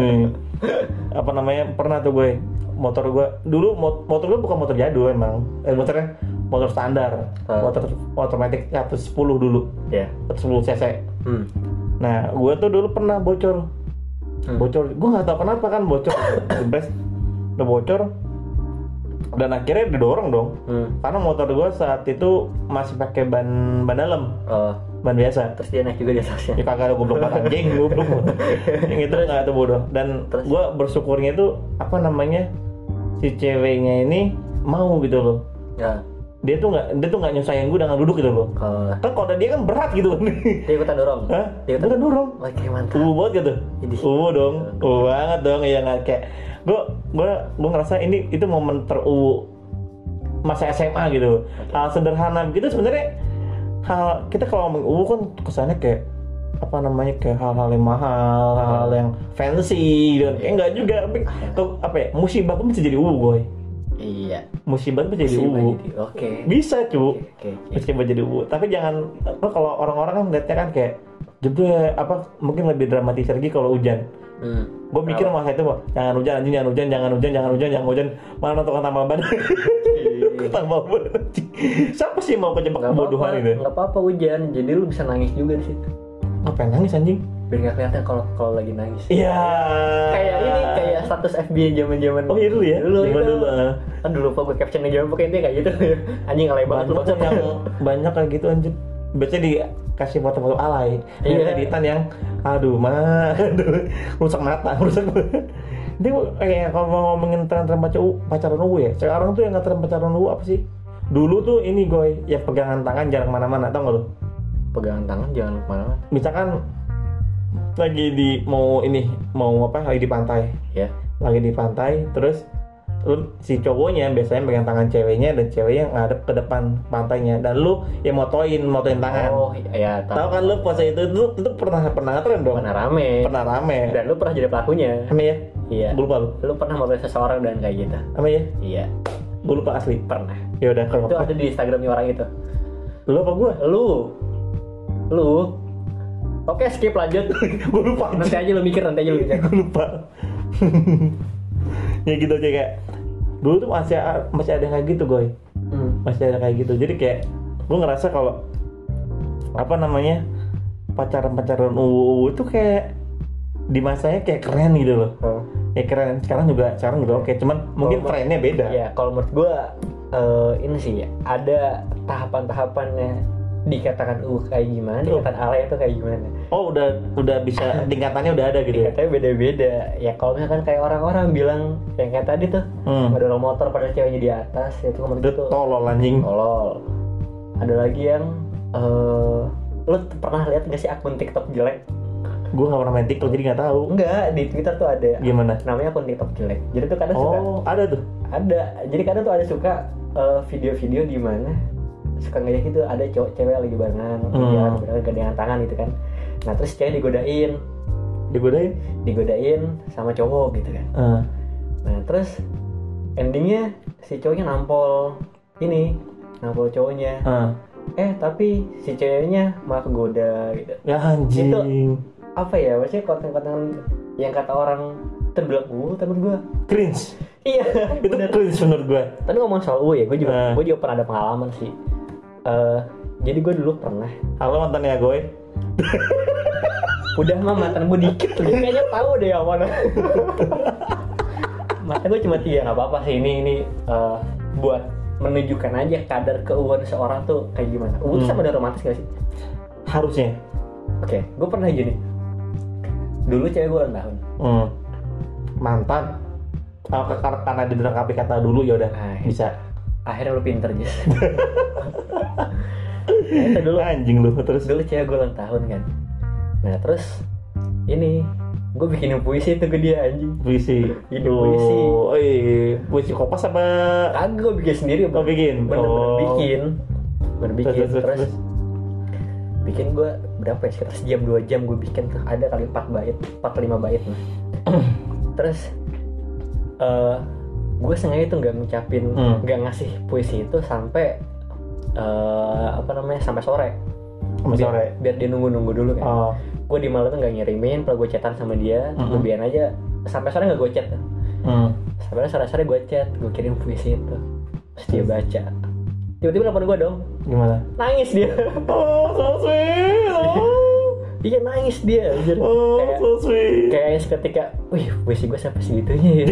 Apa namanya, pernah tuh gue motor gue dulu, motor gue bukan motor jadul emang, motornya motor standar, motor otomatis 110 dulu, 110 cc. Nah gue tuh dulu pernah bocor, gue nggak tahu kenapa kan bocor, udah bocor, dan akhirnya didorong dong, karena motor gue saat itu masih pakai ban dalam, ban biasa. Terus dia naik juga di atasnya. Ya kagak ada, goblok banget anjing, goblok. Yang itu nggak tuh bodoh. Dan gue bersyukurnya itu apa namanya, si ceweknya ini mau gitu loh. Ya. Dia tuh nggak nyusahin gue dengan duduk gitu loh. Kan kalau dia kan berat gitu. Dia ikutan dorong. Hah? Dia ikutan dorong. Wah, kayak mantap. Banget gitu. Dong. Banget dong. Ya nggak kayak gue ngerasa itu momen masa SMA gitu. Hal sederhana gitu sebenarnya. Hal kita kalau ngomong kan kesannya kayak apa namanya, kayak hal-hal yang mahal, hal-hal yang fancy gitu. Enggak juga. Apa ya? Musibah pun bisa jadi boy. Iya. Musibah bisa jadi Oke. Bisa cu. Musibah jadi tapi jangan kalau orang-orang kan lihatnya kan kayak jebret apa, mungkin lebih dramatis lagi kalau hujan. Gue mikir masa itu, jangan hujan anjing, jangan hujan, mana tukang tambal ban. Tambal ban. Siapa sih mau kejebak kebodohan itu? Enggak apa-apa hujan, jadi lu bisa nangis juga di situ. Ngapain nangis anjing? Biar nggak kelihatan kalau lagi nangis. Iya. Kayak status FB zaman-zaman. Oh iya dulu ya. Dulu. Kan dulu lupa gue captionnya zaman pokoknya kayak gitu. Anjing alay banget lu yang banyak kayak gitu anjir. Biasanya dikasih foto-foto alay. Iya. Editan yang aduh rusak mata. Dia kayak kalau ngomongin tren-tren pacaran ya. Sekarang tuh yang nggak tren pacaran apa sih? Dulu tuh ini goy, ya pegangan tangan jarang kemana-mana, tau nggak lo? Pegangan tangan jangan kemana-mana. Misalkan lagi di pantai, lagi di pantai, terus si cowoknya biasanya pegang tangan ceweknya dan ceweknya ngadep ke depan pantainya, dan lu yang motoin tangan. Oh iya, tahu kan lu pose itu pernah ngetren dong. Pernah rame. Dan lu pernah jadi pelakunya. Ame ya? Iya. Gue lupa lu. Lu pernah motoin seseorang dan kayak gitu. Ame ya? Iya. Gue lupa asli. Pernah. Ya udah kalau itu ada di Instagramnya orang itu. Lu apa gua? Lu. Oke, skip lanjut. Gue lupa. Nanti aja lu mikir. Gue lupa. Ya gitu aja, kayak dulu tuh masih ada kayak gitu goy. Masih ada kayak gitu. Jadi kayak gue ngerasa kalau apa namanya, pacaran itu kayak di masanya kayak keren gitu loh. Ya keren. Sekarang juga oke. Cuman mungkin trennya beda. Ya kalau menurut gue ini sih ada tahapan-tahapannya. Dikatakan kayak gimana, dikatakan alay itu kayak gimana. Oh udah bisa tingkatannya udah ada gitu. Tingkatannya beda-beda. Ya kalau misalkan kayak orang-orang bilang yang kayak tadi tuh, ngedorong motor pada ceweknya di atas, itu menurut itu tolol anjing. Tolol. Ada lagi yang lu pernah lihat nggak sih akun TikTok jelek? Gue nggak pernah main TikTok jadi nggak tahu. Enggak, di Twitter tuh ada. Gimana? Namanya akun TikTok jelek. Jadi tuh kadang suka. Oh ada tuh. Ada. Jadi kadang tuh ada suka video-video di mana suka ngajak gitu, ada cewek lagi barengan, gandengan tangan gitu kan. Nah terus cewek digodain sama cowok gitu kan. Nah terus endingnya si cowoknya nampol cowoknya. Tapi si ceweknya malah kegoda gitu. Ya anjing. Itu apa ya, maksudnya konten-konten yang kata orang terbilang tapi gue cringe. Iya itu cringe menurut gue. Tapi ngomong soal ya gue juga pernah ada pengalaman sih. Jadi gue dulu pernah. Halo mantannya gue. Udah mah mantan gue dikit tuh, kayaknya tahu deh yang mana. Mantan gue cuma 3, nggak apa-apa sih ini buat menunjukkan aja kadar keuangan seorang tuh kayak gimana. Itu sama ada romantis gak sih? Harusnya. Oke, gue pernah gini. Dulu cewek gue ulang tahun. Mantan. Karena dilengkapi kata dulu ya udah bisa. Akhirnya lu pinter Jess. Nah, dulu anjing lu terus. Dulu cewek gue ulang tahun kan. Nah terus ini gue bikinin puisi tuh ke dia anjing. Puisi. Puisi kopas apa? Kagak, gue bikin sendiri. Bener-bener bikin. Terus bikin gue berapa ya, sekitar sejam 2 jam gue bikin tuh, ada kali 4-5 bait nah. Terus gue sengaja tuh nggak ngucapin, nggak ngasih puisi itu sampai sampai sore. biar dia nunggu dulu kan. Gue di malam tuh nggak ngirimin, kalau gue chatan sama dia, biarin aja sampai sore nggak gue chat. Sampai sore gue chat, gue kirim puisi itu, terus dia baca. Tiba-tiba nelfon gue dong. Gimana? Nangis dia. So sweet. Iya nangis dia. So sweet. Kayak seketika, wih puisi gue sampai segitunya ya.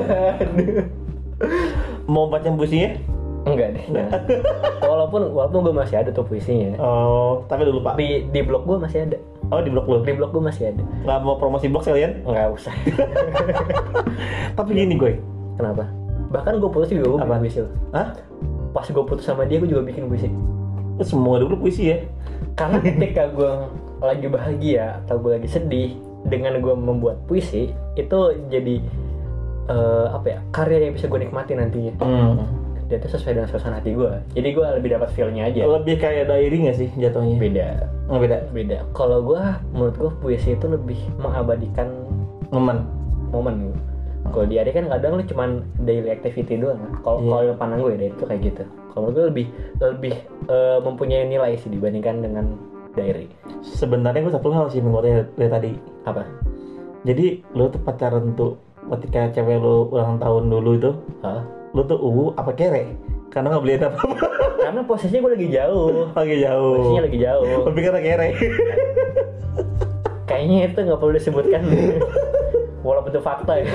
Mau baca puisinya? Enggak deh. Walaupun gue masih ada tuh puisinya. Tapi udah lupa. Di blog gue masih ada. Di blog lu? Di blog gue masih ada. Nggak mau promosi blog sekalian? Nggak usah. Tapi gini gue. Kenapa? Bahkan gue putus juga gue bikin puisi. Hah? Pas gue putus sama dia gue juga bikin puisi. Semua dulu puisi ya? Karena ketika gue lagi bahagia atau gue lagi sedih, dengan gue membuat puisi itu jadi karya yang bisa gue nikmati nantinya. Dia tuh sesuai dengan suasana hati gue, jadi gue lebih dapat feel-nya aja. Lebih kayak diary nggak sih jatuhnya? Beda. Kalau gue, menurut gue puisi itu lebih mengabadikan momen. Kalau diary kan kadang lu cuman daily activity doang kan. Kalau pandang gue ya itu kayak gitu. Kalau menurut gue lebih mempunyai nilai sih dibandingkan dengan diary. Sebenarnya gue satu hal sih menurut dari tadi. Apa? Jadi lu tuh pacaran tuh ketika cewek lu ulang tahun dulu itu, lu tuh apa kere? Karena nggak beliin apa-apa. Karena posisinya gue lagi jauh. Posisinya lagi jauh. Tapi karena kere. Kayaknya itu nggak perlu disebutkan. Walaupun itu fakta ya.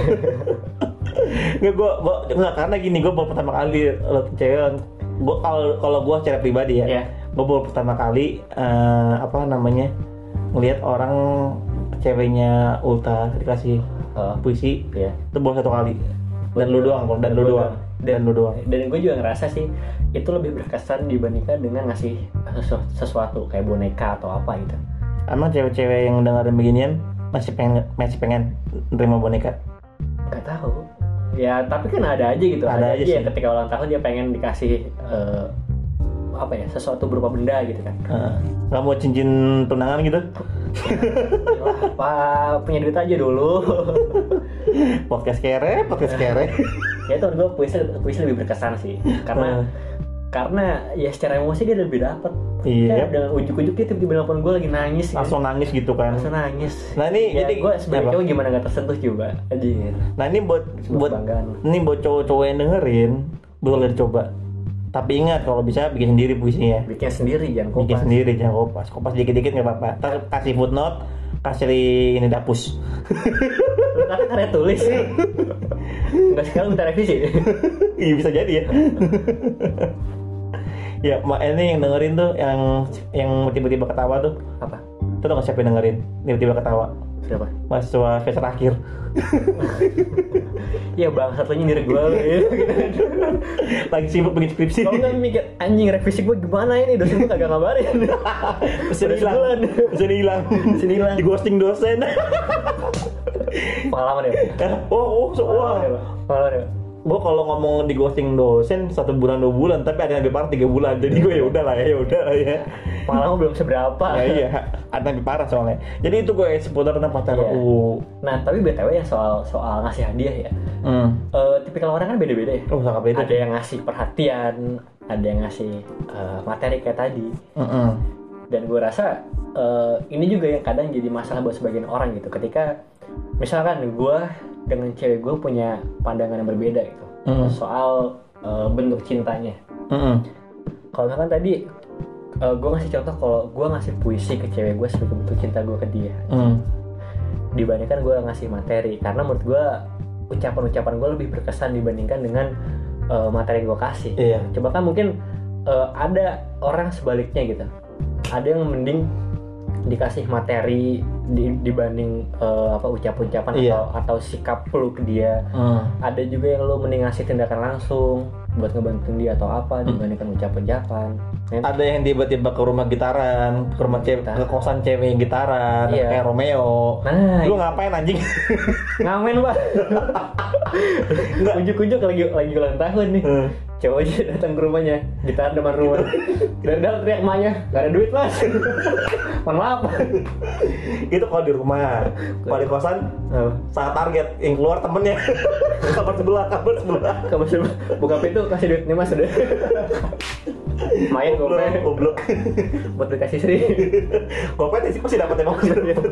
Nggak, karena gini, gue baru pertama kali cewek. Gue kalau gue secara pribadi ya, gue baru pertama kali ngelihat orang ceweknya Ulta dikasih puisi, itu baru satu kali. Dan lu doang. Dan gue juga ngerasa sih itu lebih berkesan dibandingkan dengan ngasih sesuatu kayak boneka atau apa gitu. Emang cewek-cewek yang dengerin beginian masih pengen nerima boneka? Gak tahu. Ya tapi kan ada aja gitu. Ada aja sih. Ketika ulang tahun dia pengen dikasih sesuatu berupa benda gitu kan. Gak mau cincin tunangan gitu? Punya duit aja dulu. Podcast kere. Ya itu gue puisi lebih berkesan sih. Karena ya secara emosi dia lebih dapet. Iya. Dan ujuk-ujuk dia tiba-tiba nelfon gue lagi nangis. Langsung nangis gitu kan? Langsung nangis. Nah ini ya, jadi gue sebagai cowok gimana gak tersentuh juga. Nah ini buat cowok-cowok yang dengerin boleh dicoba. Tapi ingat kalau bisa bikin sendiri puisinya. Bikin sendiri jangan kopas. Kopas dikit-dikit nggak apa-apa. Ntar kasih footnote, kasih ini dapus. Karena karya tulis. Nggak sekarang minta revisi. Iya bisa jadi ya. Ya, ini yang dengerin tuh yang tiba-tiba ketawa tuh. Apa? Itu tuh siapa yang dengerin tiba-tiba ketawa? Siapa? Mahasiswa semester akhir. Ya bang, satunya nyindir gue ya. Lagi sibuk bikin skripsi. Kalau nggak mikir anjing revisi gue gimana ini, dosen gue kagak ngabarin. Bisa hilang. Di ghosting dosen. Pengalaman ya? Pengalaman ya? Gue kalau ngomong di ghosting dosen 1 bulan 2 bulan, tapi ada yang lebih parah 3 bulan. Jadi gue ya udah lah ya. Pengalaman belum seberapa. Ya iya, ada yang lebih parah soalnya. Jadi itu gue seputar tentang pacaran. Nah tapi BTW ya soal ngasih hadiah ya. Tipikal orang kan beda-beda ya. Sangat beda. Ada yang ngasih perhatian, ada yang ngasih materi kayak tadi. Dan gue rasa ini juga yang kadang jadi masalah buat sebagian orang gitu. Ketika misalkan gue dengan cewek gue punya pandangan yang berbeda gitu soal bentuk cintanya. Kalau misalkan tadi gue ngasih contoh kalau gue ngasih puisi ke cewek gue sebagai bentuk cinta gue ke dia, dibandingkan gue ngasih materi, karena menurut gue ucapan-ucapan gue lebih berkesan dibandingkan dengan materi yang gue kasih. Coba kan mungkin ada orang sebaliknya gitu, ada yang mending dikasih materi dibanding ucapan-ucapan atau sikap lu ke dia. Ada juga yang lu mending ngasih tindakan langsung buat ngebantuin dia atau apa dibandingkan ucapan-ucapan. Ada yang tiba-tiba ke rumah gitaran, ke rumah cewek, ke kosan cewek yang gitaran, kayak Romeo. Lu ngapain anjing? Ngamen pak. Ujuk-ujuk lagi ulang tahun nih. Cowok aja datang ke rumahnya, gitar depan rumah. Dan dia teriak emaknya, gak ada duit mas. Mohon maaf. Itu kalau di rumah. Kalau di kosan, saat target yang keluar temennya. Kamar sebelah. Buka pintu kasih duit nih mas udah. Main goblok. Buat dikasih istri. Gopet sih pasti dapat emang.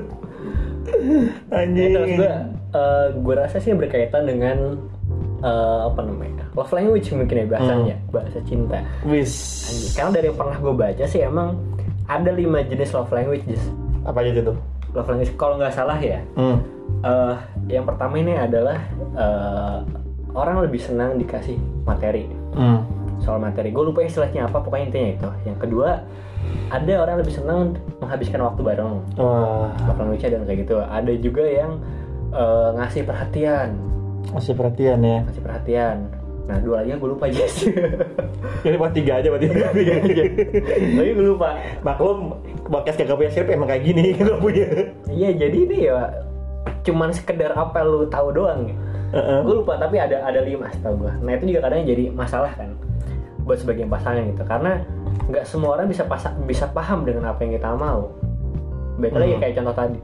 Anjing. Terus gue rasa sih berkaitan dengan apa namanya, love language mungkin ya bahasanya, bahasa cinta. Wis. Karena dari yang pernah gue baca sih emang ada 5 jenis love languages. Apa aja itu? Love language kalau nggak salah ya. Yang pertama ini adalah orang lebih senang dikasih materi. Soal materi, gue lupa istilahnya apa, pokoknya intinya itu. Yang kedua, ada orang lebih senang menghabiskan waktu bareng. Love language ada kayak gitu. Ada juga yang ngasih perhatian. Ngasih perhatian ya. Ngasih perhatian. Nah, 2 lagi gue lupa aja sih. Jadi buat 3 aja. Tapi gue lupa. Maklum, podcast kagak punya script emang kayak gini gak punya. Iya, jadi ini ya cuman sekedar apa lu tahu doang. Gue lupa, tapi ada 5 setahu gue. Nah, itu juga kadang jadi masalah kan buat sebagian pasangan gitu, karena nggak semua orang bisa paham dengan apa yang kita mau. Baik lagi kayak contoh tadi,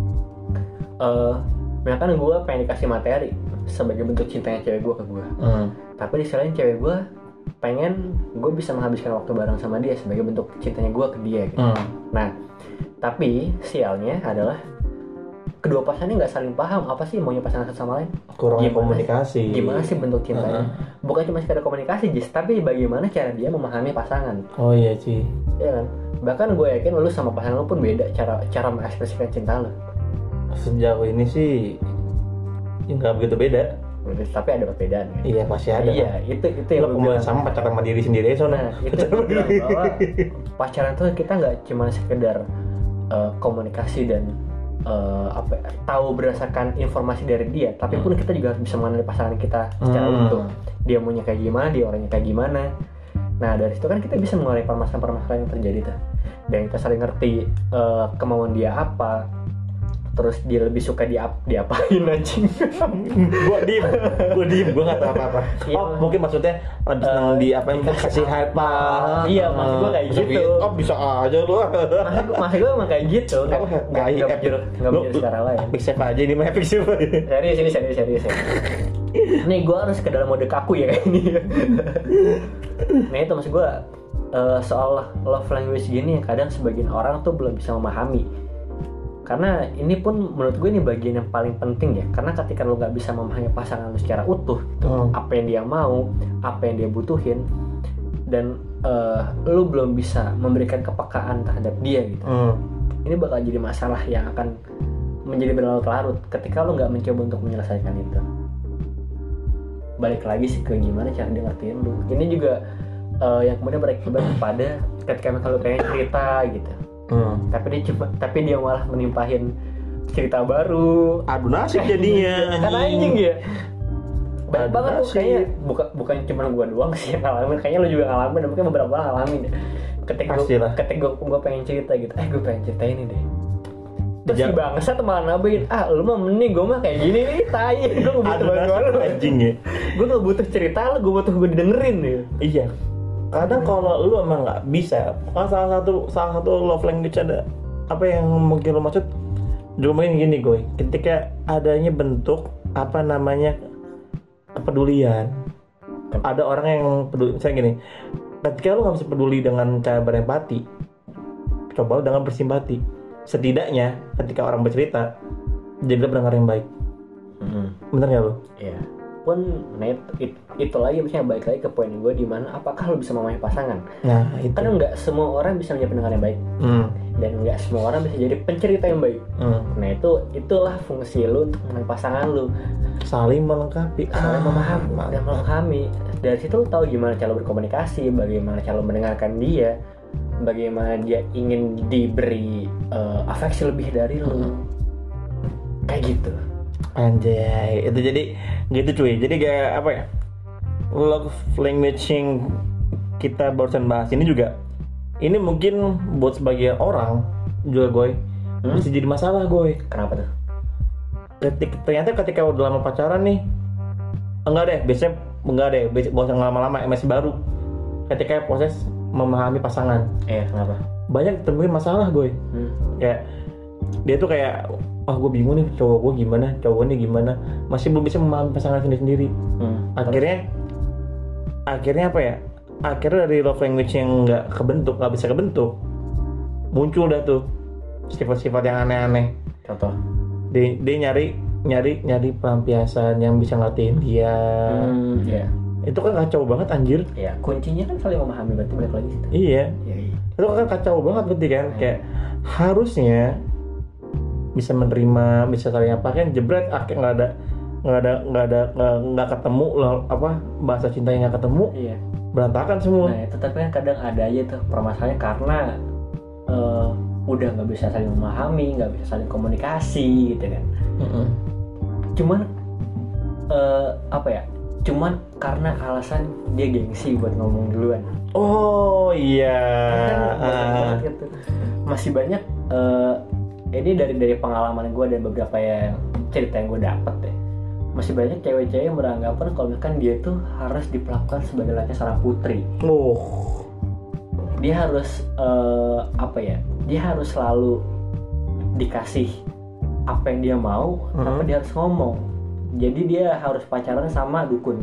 misalkan gue pengen dikasih materi sebagai bentuk cintanya cewek gue ke gue, tapi di sisi lain cewek gue pengen gue bisa menghabiskan waktu bareng sama dia sebagai bentuk cintanya gue ke dia gitu. Nah, tapi sialnya adalah kedua pasangan nggak saling paham apa sih maunya pasangan satu sama lain. Kurang komunikasi. Gimana sih bentuk cintanya? Bukan cuma sekedar komunikasi, tapi bagaimana cara dia memahami pasangan. Oh iya sih. Iya kan? Bahkan gue yakin lu sama pasangan lu pun beda cara mengekspresikan cinta lu. Sejauh ini sih nggak begitu beda. Tapi ada perbedaan kan? Iya pasti ada. Iya, itu yang lu bilang sama pacaran sama diri sendiri Nah, itu yang bilang bahwa pacaran tuh kita nggak cuma sekedar komunikasi dan tahu berdasarkan informasi dari dia, tapi pun kita juga harus bisa mengenali pasangan kita secara utuh. Dia maunya kayak gimana, dia orangnya kayak gimana. Nah, dari situ kan kita bisa mengenali permasalahan-permasalahan yang terjadi tuh, dan kita saling ngerti kemauan dia apa, terus dia lebih suka diapain anjing. Gua diem, gua nggak tahu apa-apa. Mungkin maksudnya lebih senang diapain, kasih apa? Iya, maksud gua kayak gitu. Bisa aja lu. Maksud gua emang kayak gitu. Nggak belajar secara lain. Epic Chef aja ini mah Epic Chef. Serius. Nih gua harus ke dalam mode kaku ya kayak ini. Nah itu maksud gua, soal love language gini yang kadang sebagian orang tuh belum bisa memahami. Karena ini pun menurut gue ini bagian yang paling penting ya, karena ketika lo nggak bisa memahami pasangan lo secara utuh gitu, apa yang dia mau, apa yang dia butuhin, dan lo belum bisa memberikan kepekaan terhadap dia gitu, ini bakal jadi masalah yang akan menjadi berlarut-larut ketika lo nggak mencoba untuk menyelesaikan itu. Balik lagi sih ke gimana cara dia ngertiin lo. Ini juga yang kemudian berakibat kepada ketika lo pengen cerita gitu, tapi dia malah menimpahin cerita baru. Adu nasib jadinya. Kan anjing ya. Banyak banget tuh kayaknya, bukan cuma gue doang sih yang ngalamin, kayaknya lo juga ngalamin, dan mungkin beberapa orang ngalamin deh. Ketika gue pengen cerita gitu, gue pengen cerita ini deh. Terus si bangsa tuh malah nabain, lu mah mending gue mah kayak gini nih, tai. Gue gak butuh bantuan lu. Anjing ya. Gue gak butuh cerita lu, gue butuh gue didengerin nih. Iya. Kadang kalau lu emang nggak bisa, kan salah satu love language ada apa yang mungkin lu maksud, juga mungkin gini gue, ketika adanya bentuk apa namanya kepedulian. Ada orang yang peduli, misalnya gini, ketika lu nggak bisa peduli dengan cara berempati, coba dengan bersimpati. Setidaknya ketika orang bercerita, jadi pendengar yang baik. Bener nggak lu? Iya. Pun itu lagi misalnya balik lagi ke poin gue, di mana apakah lo bisa memahami pasangan. Nah itu karena nggak semua orang bisa menjadi pendengar yang baik, dan nggak semua orang bisa jadi pencerita yang baik. Nah itulah fungsi lo untuk mengenal pasangan lo, saling melengkapi, saling memahami dan memahami. Dari situ lo tahu gimana cara berkomunikasi, bagaimana cara mendengarkan dia, bagaimana dia ingin diberi afeksi lebih dari lo, kayak gitu. Anjay, itu jadi gitu cuy. Jadi kayak apa ya, love language yang kita barusan bahas ini juga, ini mungkin buat sebagian orang juga gue bisa jadi masalah gue. Kenapa tuh? Ternyata ketika udah lama pacaran nih, enggak deh, gak usah lama-lama, masih baru, ketika proses memahami pasangan. Kenapa? Banyak temuin masalah gue. Kayak dia tuh kayak, gue bingung nih cowok gue gimana, cowoknya gimana, masih belum bisa memahami pasangan sendiri. Akhirnya apa ya, akhirnya dari love language yang nggak bisa kebentuk, muncul dah tuh sifat-sifat yang aneh-aneh. Contoh? Dia nyari pelampiasan yang bisa ngertiin dia. Iya. Itu kan kacau banget anjir. Iya, kuncinya kan saling memahami, berarti balik lagi situ. Iya. Itu kan kacau banget berarti kan. Kayak harusnya bisa menerima, bisa saling apa kan, jebret akhirnya nggak ketemu bahasa cintanya nggak ketemu. Iya. Berantakan semua. Nah, tetapi kan kadang ada aja tuh permasalahannya karena udah nggak bisa saling memahami, nggak bisa saling komunikasi gitu kan. Cuman cuman karena alasan dia gengsi buat ngomong duluan. Oh iya. Gitu. Masih banyak ini dari pengalaman gue dan beberapa yang cerita yang gue dapet ya. Masih banyak cewek-cewek yang beranggapan kalau misalkan dia tuh harus diperlakukan sebagai layaknya seorang putri. Dia harus dia harus selalu dikasih apa yang dia mau, tanpa dia harus ngomong. Jadi dia harus pacaran sama dukun.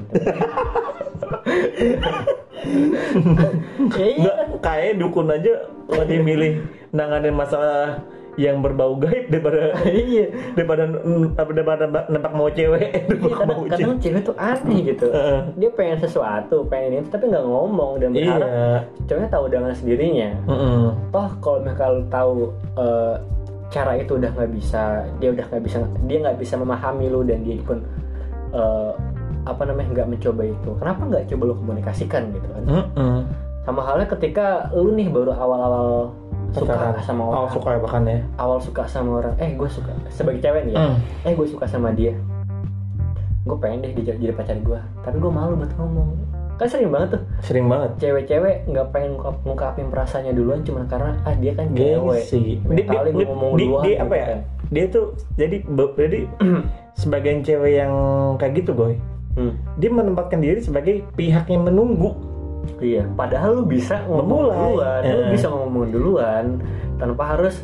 Nggak, kayak dukun aja lebih milih nanganin masalah yang berbau gaib daripada nempak mau cewek. Kadang cewek tuh aneh gitu. Dia pengen sesuatu, pengen ini, tapi nggak ngomong dan berharap ceweknya tahu dengan sendirinya. Toh kalau mereka tahu cara itu udah nggak bisa, dia nggak bisa memahami lu, dan dia pun nggak mencoba itu. Kenapa nggak coba lu komunikasikan gitu kan? Sama halnya ketika lu nih baru awal-awal suka sama orang, awal suka sama orang, gue suka sebagai cewek nih ya, gue suka sama dia, gue pengen deh jadi pacar gue, tapi gue malu buat ngomong. Kan sering banget cewek-cewek nggak pengen ngungkapin perasaannya duluan cuma karena dia kan cewek. Kali gue ngomong duluan dia apa ya kan? Dia tuh jadi sebagian cewek yang kayak gitu boy, dia menempatkan diri sebagai pihak yang menunggu. Iya, padahal lu bisa ngomong duluan, lu bisa ngomong duluan tanpa harus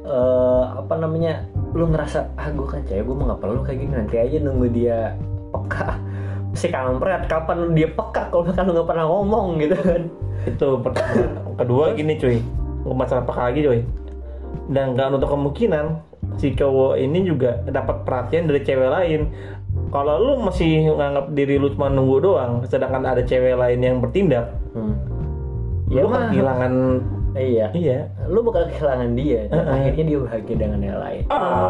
lu ngerasa gue kan cewek, gue mah nggak perlu kayak gini, nanti aja nunggu dia peka. Si kampret, kapan dia peka kalau lu nggak pernah ngomong gitu kan? Itu pertama. Kedua gini cuy, masalah peka lagi cuy, dan nggak untuk kemungkinan si cowok ini juga dapat perhatian dari cewek lain. Kalau lu masih nganggap diri lu cuma nunggu doang, sedangkan ada cewek lain yang bertindak, lu kan kehilangan. Iya. Lu bakal kehilangan dia, dan akhirnya dia bahagia dengan yang lain.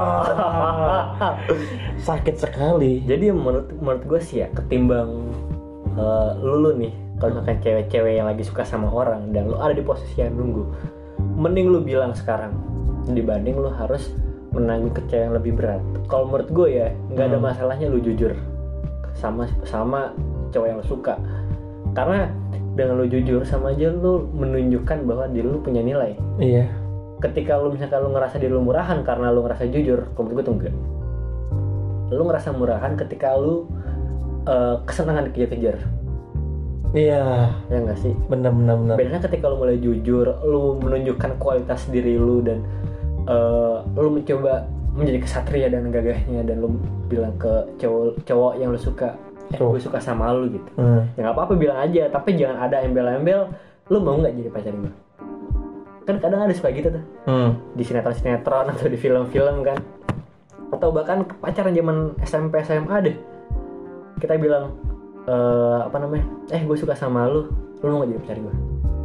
Sakit sekali. Jadi menurut gue sih ya, ketimbang lu nih, kalau misalkan cewek-cewek yang lagi suka sama orang dan lu ada di posisi yang nunggu, mending lu bilang sekarang dibanding lu harus menanggung kecewa yang lebih berat. Kalau menurut gue ya, nggak ada masalahnya lu jujur sama cowok yang lu suka, karena dengan lu jujur sama aja lu menunjukkan bahwa diri lu punya nilai. Iya. Ketika lu misalkan lu ngerasa diri lu murahan karena lu ngerasa jujur, menurut gue tuh enggak. Lu ngerasa murahan ketika lu kesenangan dikejar-kejar. Iya. Ya nggak sih? Benar. Bedanya ketika lu mulai jujur, lu menunjukkan kualitas diri lu, dan lu mencoba menjadi kesatria dan gagahnya, dan lu bilang ke cowok yang lu suka, gue suka sama lu gitu. Ya nggak apa-apa, bilang aja, tapi jangan ada embel-embel lu mau nggak jadi pacar gue. Kan kadang ada suka gitu tuh, di sinetron atau di film-film kan, atau bahkan pacaran zaman SMP SMA deh, kita bilang gue suka sama lu mau nggak jadi pacar gue.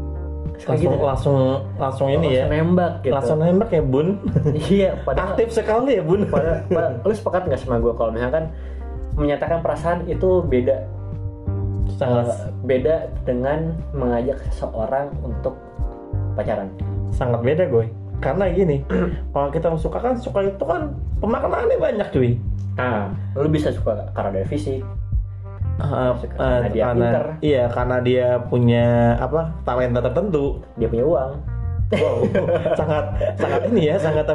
Langsung ini ya, nembak gitu. Langsung nembak ya bun. Iya, padahal aktif sekali ya bun. Padahal lu sepakat nggak sama gue kalau misalkan menyatakan perasaan itu beda, beda dengan mengajak seseorang untuk pacaran? Sangat beda gue. Karena gini, kalau kita suka itu kan pemaknaannya banyak cuy. Lu bisa suka karena dari fisik, karena dia pinter. Iya, karena dia punya talenta tertentu. Dia punya uang. Wow, sangat ini ya, sangat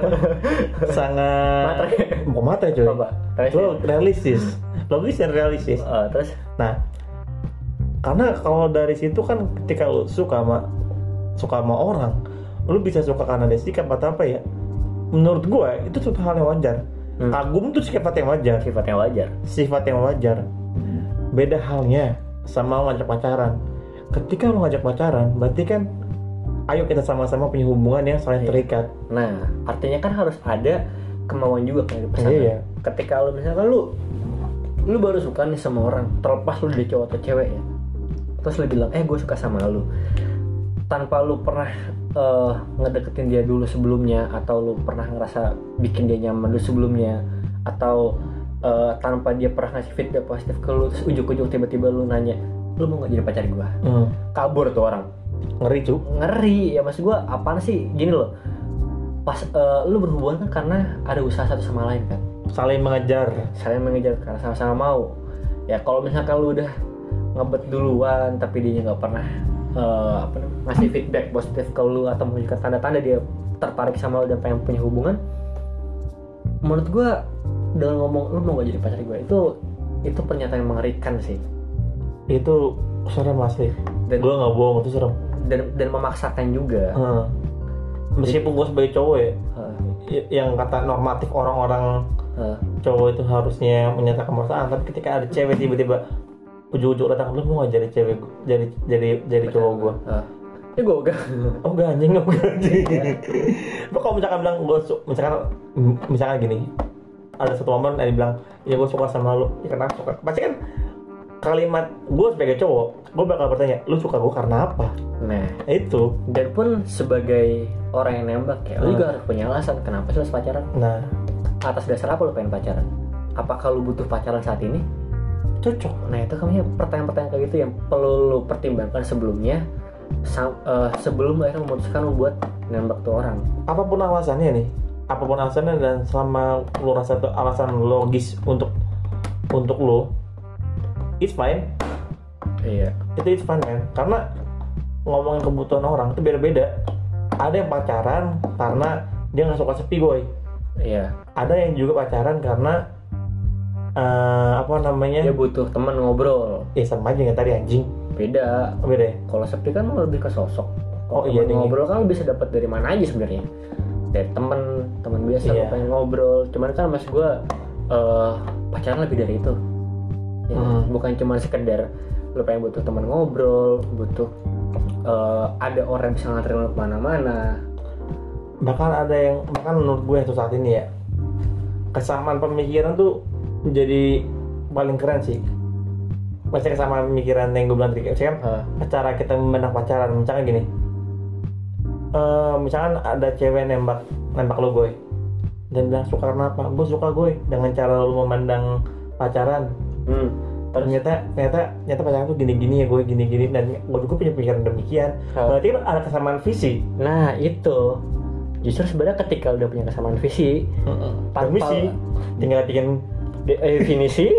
bukan matre coy. Realistis. Logis dan realistis. Terus? Nah, karena kalau dari situ kan ketika lu suka sama orang, lu bisa suka karena dia sikap atau apa ya? Menurut gue itu suatu hal yang wajar. Kagum itu sifat yang wajar. Sifat yang wajar. Beda halnya sama ngajak pacaran. ketika lu ngajak pacaran berarti kan ayo kita sama-sama punya hubungan yang saling terikat. Nah artinya kan harus ada kemauan juga kan dari pasangan. Iya. Ketika lu misalkan lu baru suka nih sama orang, terlepas lu dari cowok atau cewek ya, terus lu bilang gue suka sama lu, tanpa lu pernah ngedeketin dia dulu sebelumnya, atau lu pernah ngerasa bikin dia nyaman dulu sebelumnya, atau tanpa dia pernah ngasih feedback positif ke lu, terus ujuk-ujuk tiba-tiba lu nanya lu mau nggak jadi pacar gua, kabur tuh orang. Ngeri ya, maksud gua apaan sih, gini loh, pas lu berhubungan kan karena ada usaha satu sama lain kan, saling mengejar karena sama-sama mau. Ya kalau misalkan lu udah ngebet duluan tapi dia nggak pernah ngasih feedback positif ke lu atau menunjukkan tanda-tanda dia tertarik sama lu dan pengen punya hubungan, menurut gue dengan ngomong lu mau gak jadi pacar gue, itu pernyataan yang mengerikan sih. Itu serem asli. Gue nggak bohong, itu serem. Dan memaksakan juga. Meskipun gue sebagai cowok ya, yang kata normatif orang-orang cowok itu harusnya menyatakan perasaan, tapi ketika ada cewek tiba-tiba ujuk-ujuk datang, lu mau gak jadi cewek, jadi cowok gue. Gue enggak. Oh enggak anjing. Kalau misalkan bilang misalkan gini, ada satu momen dia bilang, ya gue suka sama lu, ya kenapa suka? Pasti kan kalimat gue sebagai cowok, gue bakal bertanya, lu suka gue karena apa? Nah itu. Dan pun sebagai orang yang nembak ya, lu juga harus punya alasan kenapa sih lu pacaran. Nah atas dasar apa lu pengen pacaran? Apakah lu butuh pacaran saat ini? Cocok. Nah itu kan pertanyaan-pertanyaan kayak gitu yang perlu lu pertimbangkan sebelumnya, sebelum akhirnya memutuskan lu buat nembak tuh orang. Apapun alasannya dan selama lu rasa itu alasan logis untuk lu, it's fine. Iya. Itu it's fine kan? Karena ngomongin kebutuhan orang itu beda-beda. Ada yang pacaran karena dia nggak suka sepi, boy. Iya. Ada yang juga pacaran karena dia butuh teman ngobrol. Sama aja nggak tadi anjing. Beda. Ya? Kalau sepi kan lebih ke sosok. Oh iya. Ngobrol kan bisa dapat dari mana aja sebenarnya. Dari teman biasa lu pengen ngobrol. Cuman kan mas gue pacaran lebih dari itu. Ya, bukan cuma sekedar lu pengen butuh teman ngobrol, butuh ada orang yang bisa nganterin lu kemana-mana. Bahkan menurut gue itu saat ini ya, kesamaan pemikiran tuh jadi paling keren sih. Pasti kesamaan pemikiran yang gue bilang tadi, kan cara kita memandang pacaran. Misalkan gini, misalkan ada cewek nembak lo, gue, dan bilang suka karena apa? Gue suka, gue, dengan cara lo memandang pacaran. Ternyata pacaran tuh gini-gini ya, gue gini-gini, dan gue juga punya pikiran demikian. Berarti kan ada kesamaan visi. Nah itu justru sebenarnya ketika udah punya kesamaan visi, misi tinggal bikin definisi.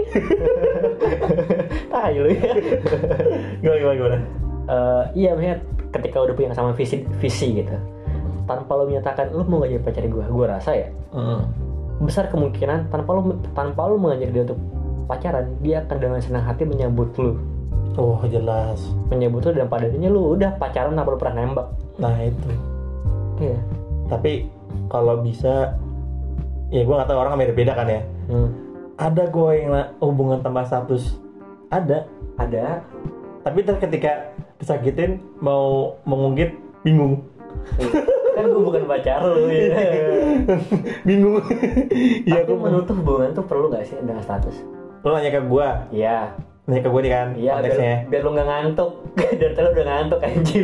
Ayo lu ya. Gimana? Iya, maksudnya ketika udah punya kesamaan visi gitu, tanpa lo menyatakan lu mau gak jadi pacar gue rasa ya besar kemungkinan tanpa lo mengajak dia untuk pacaran, dia akan dengan senang hati menyambut lu. Oh jelas. Menyambut lu dan padanya lu udah pacaran apa lu pernah nembak. Nah itu. Iya. Tapi kalau bisa, ya gue nggak tahu orang beda-beda kan ya. Ada gue yang hubungan tambah status. Ada. Tapi ketika disakitin mau mengungkit bingung. Kan gue bukan pacar lu ya. Bingung. Ya aku menutup hubungan tuh perlu nggak sih dengan status? Lo nanya ke gue? Iya. Nanya ke gue nih kan? Iya, biar lu nggak ngantuk. Dari tadi udah ngantuk anjir.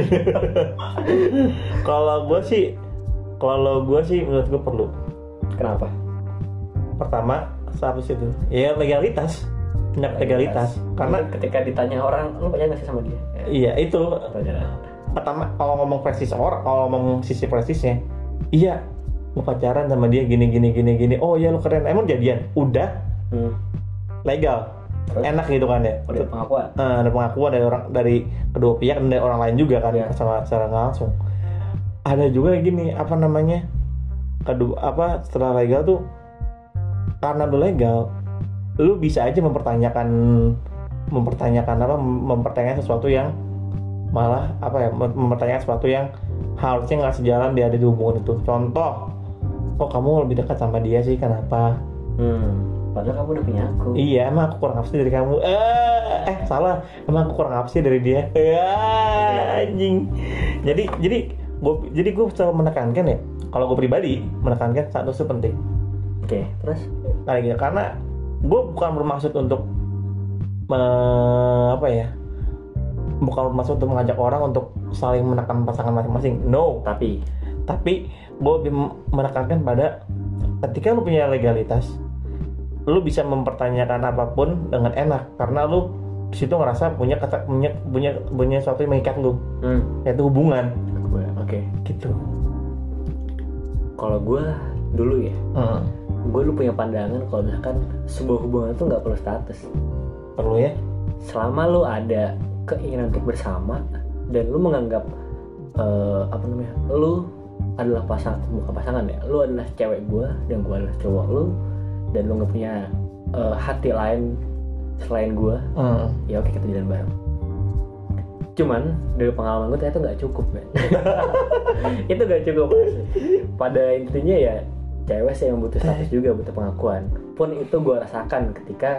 Kalau gue sih menurut gue perlu. Kenapa? Pertama, status itu ya legalitas. Karena ketika ditanya orang, lu pacaran nggak sih sama dia? Iya itu. Pertama, kalau ngomong sisi prestisnya, iya, gue pacaran sama dia gini. Oh iya, lu keren. Emang jadian? Udah. Legal. Terus? Enak gitu kan ya. Ada pengakuan. Ada pengakuan dari kedua pihak dan dari orang lain juga kan, secara langsung. Ada juga gini, setelah legal tuh, karena udah legal, lu bisa aja mempertanyakan sesuatu yang mempertanyakan sesuatu yang harusnya nggak sejalan dia ada di hubungan itu. Contoh, kok kamu lebih dekat sama dia sih, kenapa? Padahal kamu udah punya aku. Iya, emang aku kurang apa sih dari kamu? Salah. Emang aku kurang apa sih dari dia? Anjing. Jadi gue selalu menekankan ya. Kalau gue pribadi menekankan satu itu penting. Oke, terus? Nah, gitu. Karena gue bukan bermaksud untuk bukan bermaksud untuk mengajak orang untuk saling menekan pasangan masing-masing. No. Tapi gue lebih menekankan pada ketika lu punya legalitas, lu bisa mempertanyakan apapun dengan enak karena lu di situ ngerasa punya sesuatu yang mengikat lu, yaitu hubungan. Oke. Gitu. Kalau gue dulu ya, gue dulu punya pandangan kalau misalkan sebuah hubungan itu nggak perlu status. Perlu ya? Selama lu ada keinginan untuk bersama dan lu menganggap lu adalah bukan pasangan ya, lu adalah cewek gue dan gue adalah cowok lu, dan lu nggak punya hati lain selain gue, ya oke, kita jalan bareng. Cuman dari pengalaman gue ternyata nggak cukup, man. Itu nggak cukup. Pada intinya ya cewek sih yang butuh status juga, butuh pengakuan. Pun itu gue rasakan ketika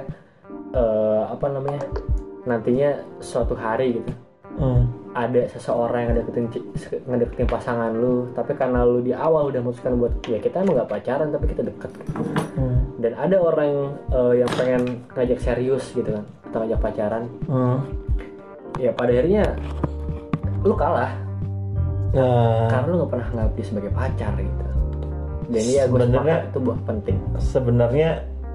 nantinya suatu hari gitu, ada seseorang yang ngedeketin pasangan lu, tapi karena lu di awal udah memutuskan buat ya kita emang nggak pacaran tapi kita deket gitu. Dan ada orang yang pengen ngajak serius gitu kan, atau ngajak pacaran, ya pada akhirnya lu kalah karena lu nggak pernah nganggap dia sebagai pacar gitu. Dan ya gue sepakat itu buat penting. Sebenarnya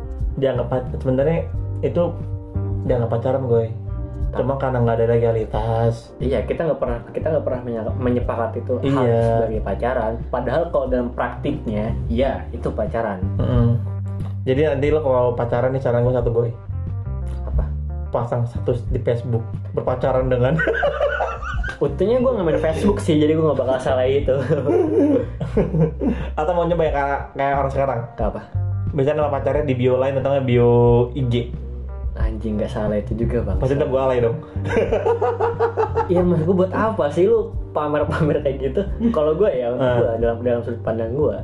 itu dianggap pacaran gue, cuma karena nggak ada legalitas. Iya, kita nggak pernah menyepakati itu hal sebagai pacaran. Padahal kalau dalam praktiknya, ya itu pacaran. Jadi nanti lo kalau pacaran nih, saran gue satu, gue apa? Pasang status di Facebook berpacaran dengan. Untungnya gue nggak main Facebook sih, jadi gue nggak bakal salah itu. Atau mau nyoba ya kayak orang sekarang? Apa? Biasanya nama pacarnya di bio line atau bio IG. Anjing, nggak salah itu juga bang. Maksudnya gue alay dong. Iya, maksud gue buat apa sih lu pamer-pamer kayak gitu? Kalau gue ya, gue dalam sudut pandang gue,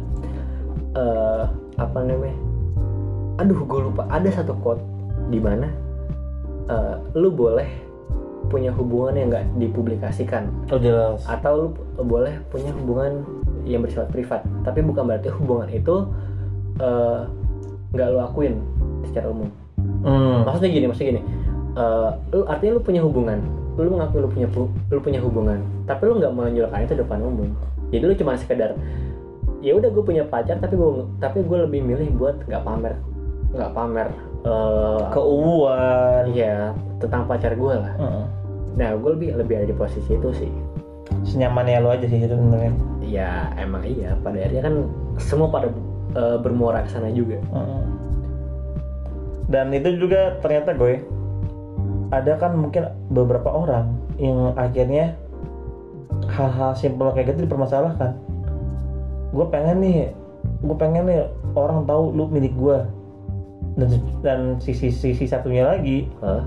aduh gue lupa, ada satu quote di mana lu boleh punya hubungan yang nggak dipublikasikan. Oh jelas. Atau lu boleh punya hubungan yang bersifat privat, tapi bukan berarti hubungan itu nggak lu akuin secara umum. Maksudnya gini, artinya lu punya hubungan, lu mengakui lu punya hubungan, tapi lu nggak menunjukkan itu depan umum. Jadi lu cuma sekedar, ya udah gue punya pacar, tapi gue lebih milih buat nggak pamer keuuan. Iya, tentang pacar gue lah. Nah, gue lebih ada di posisi itu sih. Senyamannya lu aja sih itu sebenarnya. Ya emang iya, pada akhirnya kan semua pada bermuara ke sana juga. Dan itu juga ternyata gue ada kan mungkin beberapa orang yang akhirnya hal-hal simpel kayak gitu dipermasalahkan. Gue pengen nih orang tahu lu milik gue, dan sisi satunya lagi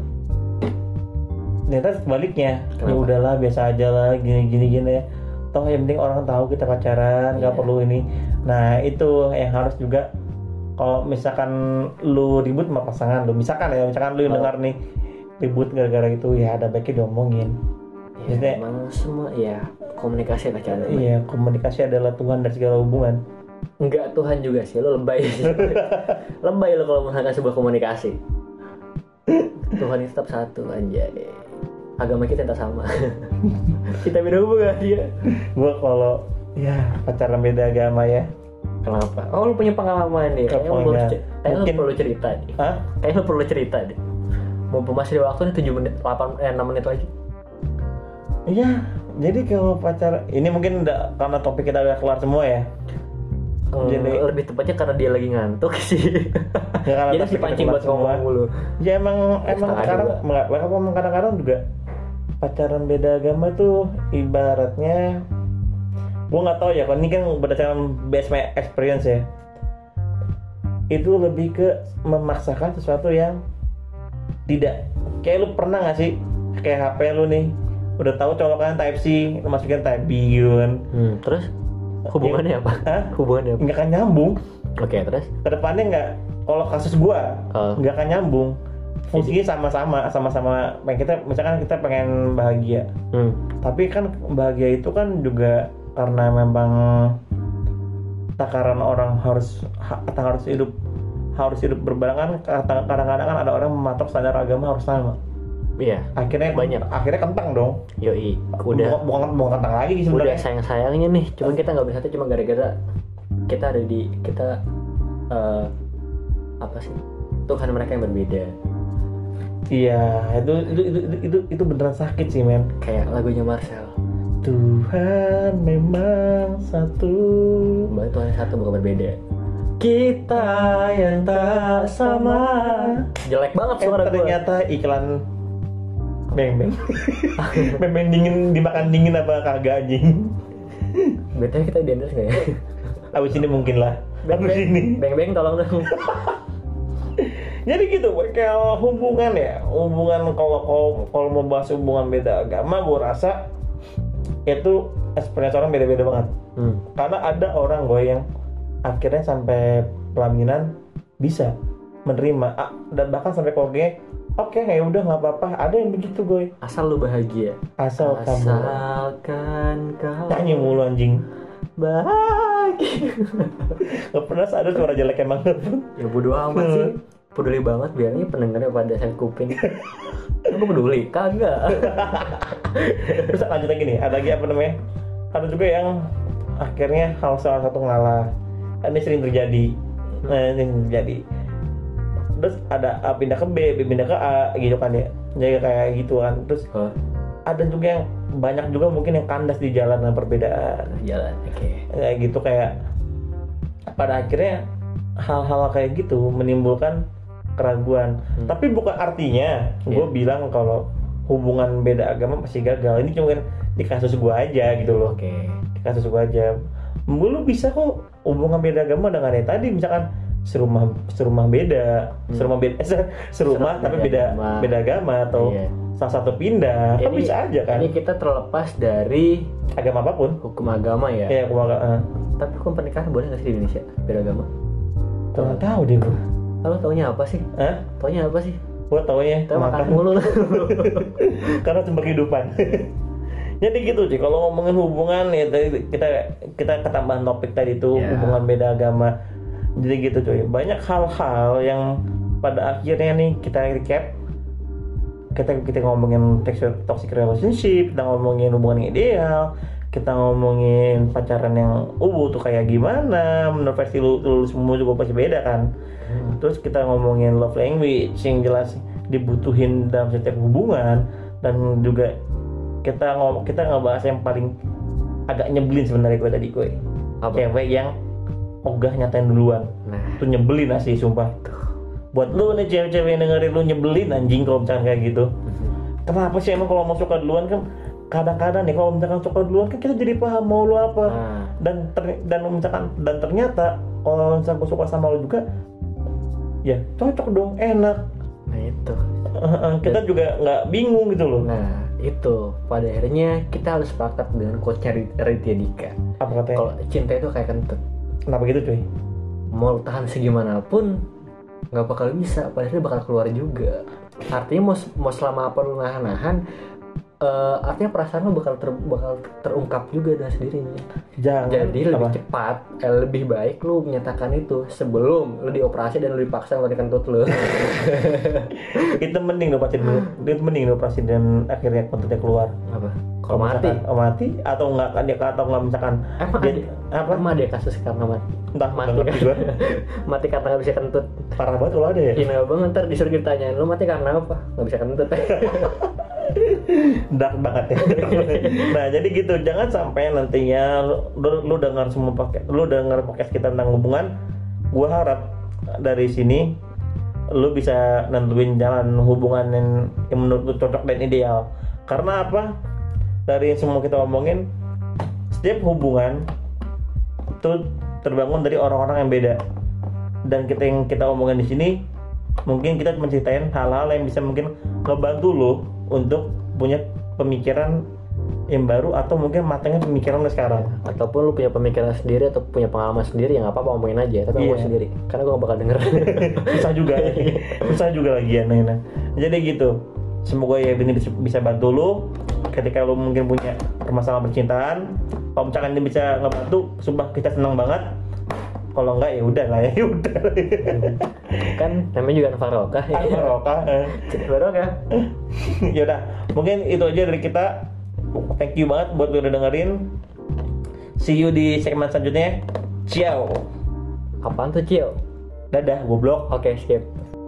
ternyata sebaliknya. Ya udahlah, biasa aja lah, gini ya, toh yang penting orang tahu kita pacaran, nggak perlu ini. Nah itu yang harus juga. Kalau misalkan lu ribut sama pasangan lu, misalkan lu dengar nih ribut gara-gara itu, ya ada baiknya diomongin. Ya, emang semua ya komunikasi lah cara. Iya, komunikasi adalah Tuhan dari segala hubungan. Enggak, Tuhan juga sih, lo lebay. Lebay lo kalau menghasilkan sebuah komunikasi. Tuhan itu tetap satu, anjay. Agama kita tak sama. Kita beda hubungan dia. Gua kalau ya pacaran beda agama ya. Kenapa? Oh, lu punya pengalaman nih. Kayaknya lu perlu cerita nih. Kayaknya lu perlu cerita deh. Mumpung masih ada waktu nih, 6 menit lagi. Iya, jadi kalau pacar ini mungkin karena topik kita udah keluar semua ya. Jadi lebih tepatnya karena dia lagi ngantuk sih. Ya, jadi si pancing buat ngomong mulu. Ya emang kadang-kadang juga pacaran beda agama tuh ibaratnya, gue nggak tahu ya, ini kan berdasarkan based my experience ya, itu lebih ke memaksakan sesuatu yang tidak. Kayak lu pernah nggak sih, kayak HP lu nih udah tahu colokan Type C, lu masukin Type B gitu kan. Terus hubungannya apa? Hubungannya apa? Nggak akan nyambung. Oke, terus? Kedepannya nggak, kalau kasus gua nggak akan nyambung. Fungsinya sama-sama kita misalkan kita pengen bahagia. Tapi kan bahagia itu kan juga karena memang takaran orang harus hidup berbarengan. Kadang-kadang kan ada orang mematok standar agama harus sama. Iya. Akhirnya kentang dong. Yoi. Udah. Bukan kentang lagi sebenarnya. Udah sayang-sayangnya nih. Cuma kita nggak bisa satu cuma gara-gara kita ada di apa sih? Tuhan mereka yang berbeda. Iya, itu beneran sakit sih, men. Kayak lagunya Marcel. Tuhan memang satu. Mbak Tuhan yang satu bukan berbeda. Kita yang tak sama. Jelek banget suara gue. Ternyata iklan beng-beng. Beng-beng dingin dimakan dingin apa kagak anjing? Betulnya kita di endorse nggak ya? Abis ini mungkin lah. Abis ini. Beng-beng tolong dong. Jadi gitu, kayak hubungan kalau mau bahas hubungan beda agama, gue rasa itu experience orang beda-beda banget. Karena ada orang gue yang akhirnya sampai pelaminan bisa menerima dan bahkan sampai oke ya udah nggak apa-apa. Ada yang begitu gue. Asal lu bahagia. Asalkan kau nyanyi mulu anjing. Bahagia. Gak pernah sadar suara jelek emang. Ya bodo amat sih. Peduli banget biarnya pendengarnya pada sakit kuping. Aku peduli, kagak. Terus lanjut lagi nih, ada lagi apa namanya? Ada juga yang akhirnya salah satu ngalah. Ini sering terjadi. Terus ada A pindah ke B pindah ke A gitu kan ya. Jadi kayak gitu kan. Terus ada juga yang banyak juga mungkin yang kandas di jalan dengan perbedaan. Jalan, oke. Kayak gitu kayak pada akhirnya hal-hal kayak gitu menimbulkan keraguan. Tapi bukan artinya gue bilang kalau hubungan beda agama pasti gagal. Ini cuma di kasus gue aja gitu loh. Di kasus gue aja. Lu bisa kok hubungan beda agama dengan yang tadi misalkan serumah beda, serumah tapi beda agama atau salah satu pindah. Kan bisa aja kan. Ini kita terlepas dari agama apapun. Hukum agama ya. Iya, hukum agama. Tapi hukum pernikahan boleh nggak sih di Indonesia beda agama? Gak tahu deh gue. Lo taunya apa sih? Taunya apa sih? Gue taunya makan mulu. Karena sumber kehidupan. Jadi gitu sih. Kalau ngomongin hubungan ya tadi kita ketambahan topik tadi itu hubungan beda agama. Jadi gitu coy. Banyak hal-hal yang pada akhirnya nih kita recap. Kita ngomongin toxic relationship, kita ngomongin hubungan yang ideal, kita ngomongin pacaran yang tuh kayak gimana, menurut versi lu semua juga pasti beda kan. Terus kita ngomongin love language yang jelas dibutuhin dalam setiap hubungan, dan juga kita ngebahas yang paling agak nyebelin sebenarnya gue. Cewek yang ogah nyatain duluan. Tuh nyebelin asli sumpah. Buat lu nih cewek-cewek yang dengerin lu nyebelin anjing kalau misalkan kayak gitu. Kenapa sih emang kalau mau suka duluan kan kadang-kadang nih kalau misalkan suka duluan kan kita jadi paham mau lu apa. Dan ternyata kalau misalkan gue suka sama lu juga ya cocok dong, enak. Nah itu. Kita juga nggak bingung gitu loh. Nah itu pada akhirnya kita harus sepakat dengan quote-nya Raditya Dika. Apa katanya? Kalau cinta itu kayak kentut. Kenapa gitu cuy? Mau tahan segimanapun nggak bakal bisa, padahal bakal keluar juga. Artinya mau selama apa lu nahan, artinya perasaan lu bakal terungkap juga dengan sendirinya. Jadi lebih baik lu menyatakan itu sebelum lu dioperasi dan lu dipaksa ngeluarin kentut lu. Itu mending dioperasi dan akhirnya kentutnya keluar. Apa? Kalau mati atau enggak misalkan emang ada kasus karena mati mati karena nggak bisa kentut. Parah banget kalau ada ya. Gila banget, ntar disuruh ditanyain lu mati karena apa, nggak bisa kentut. Dark banget ya. Nah jadi gitu, jangan sampai nantinya lu dengar podcast kita tentang hubungan. Gua harap dari sini lu bisa nentuin jalan hubungan yang menurut lu cocok dan ideal. Karena apa? Dari semua kita omongin, setiap hubungan itu terbangun dari orang-orang yang beda. Dan kita omongin di sini, mungkin kita menceritain hal-hal yang bisa mungkin ngebantu lo untuk punya pemikiran yang baru atau mungkin matangnya pemikiran lu sekarang. Ataupun lu punya pemikiran sendiri atau punya pengalaman sendiri, ya nggak apa-apa ngomongin aja, tapi ngomong sendiri karena gue gak bakal denger. susah juga lagi ya. Nah. Jadi gitu, semoga ya ini bisa bantu lu ketika lu mungkin punya permasalahan percintaan. Kalau misalkan dia bisa ngebantu, sumpah kita senang banget. Kalau enggak ya udah lah ya, kan namanya juga Barokah ya. Barokah. Ya udah, mungkin itu aja dari kita. Thank you banget buat lu udah dengerin. See you di segmen selanjutnya. Ciao. Apaan tuh Cio? Dadah, goblok. Oke, skip.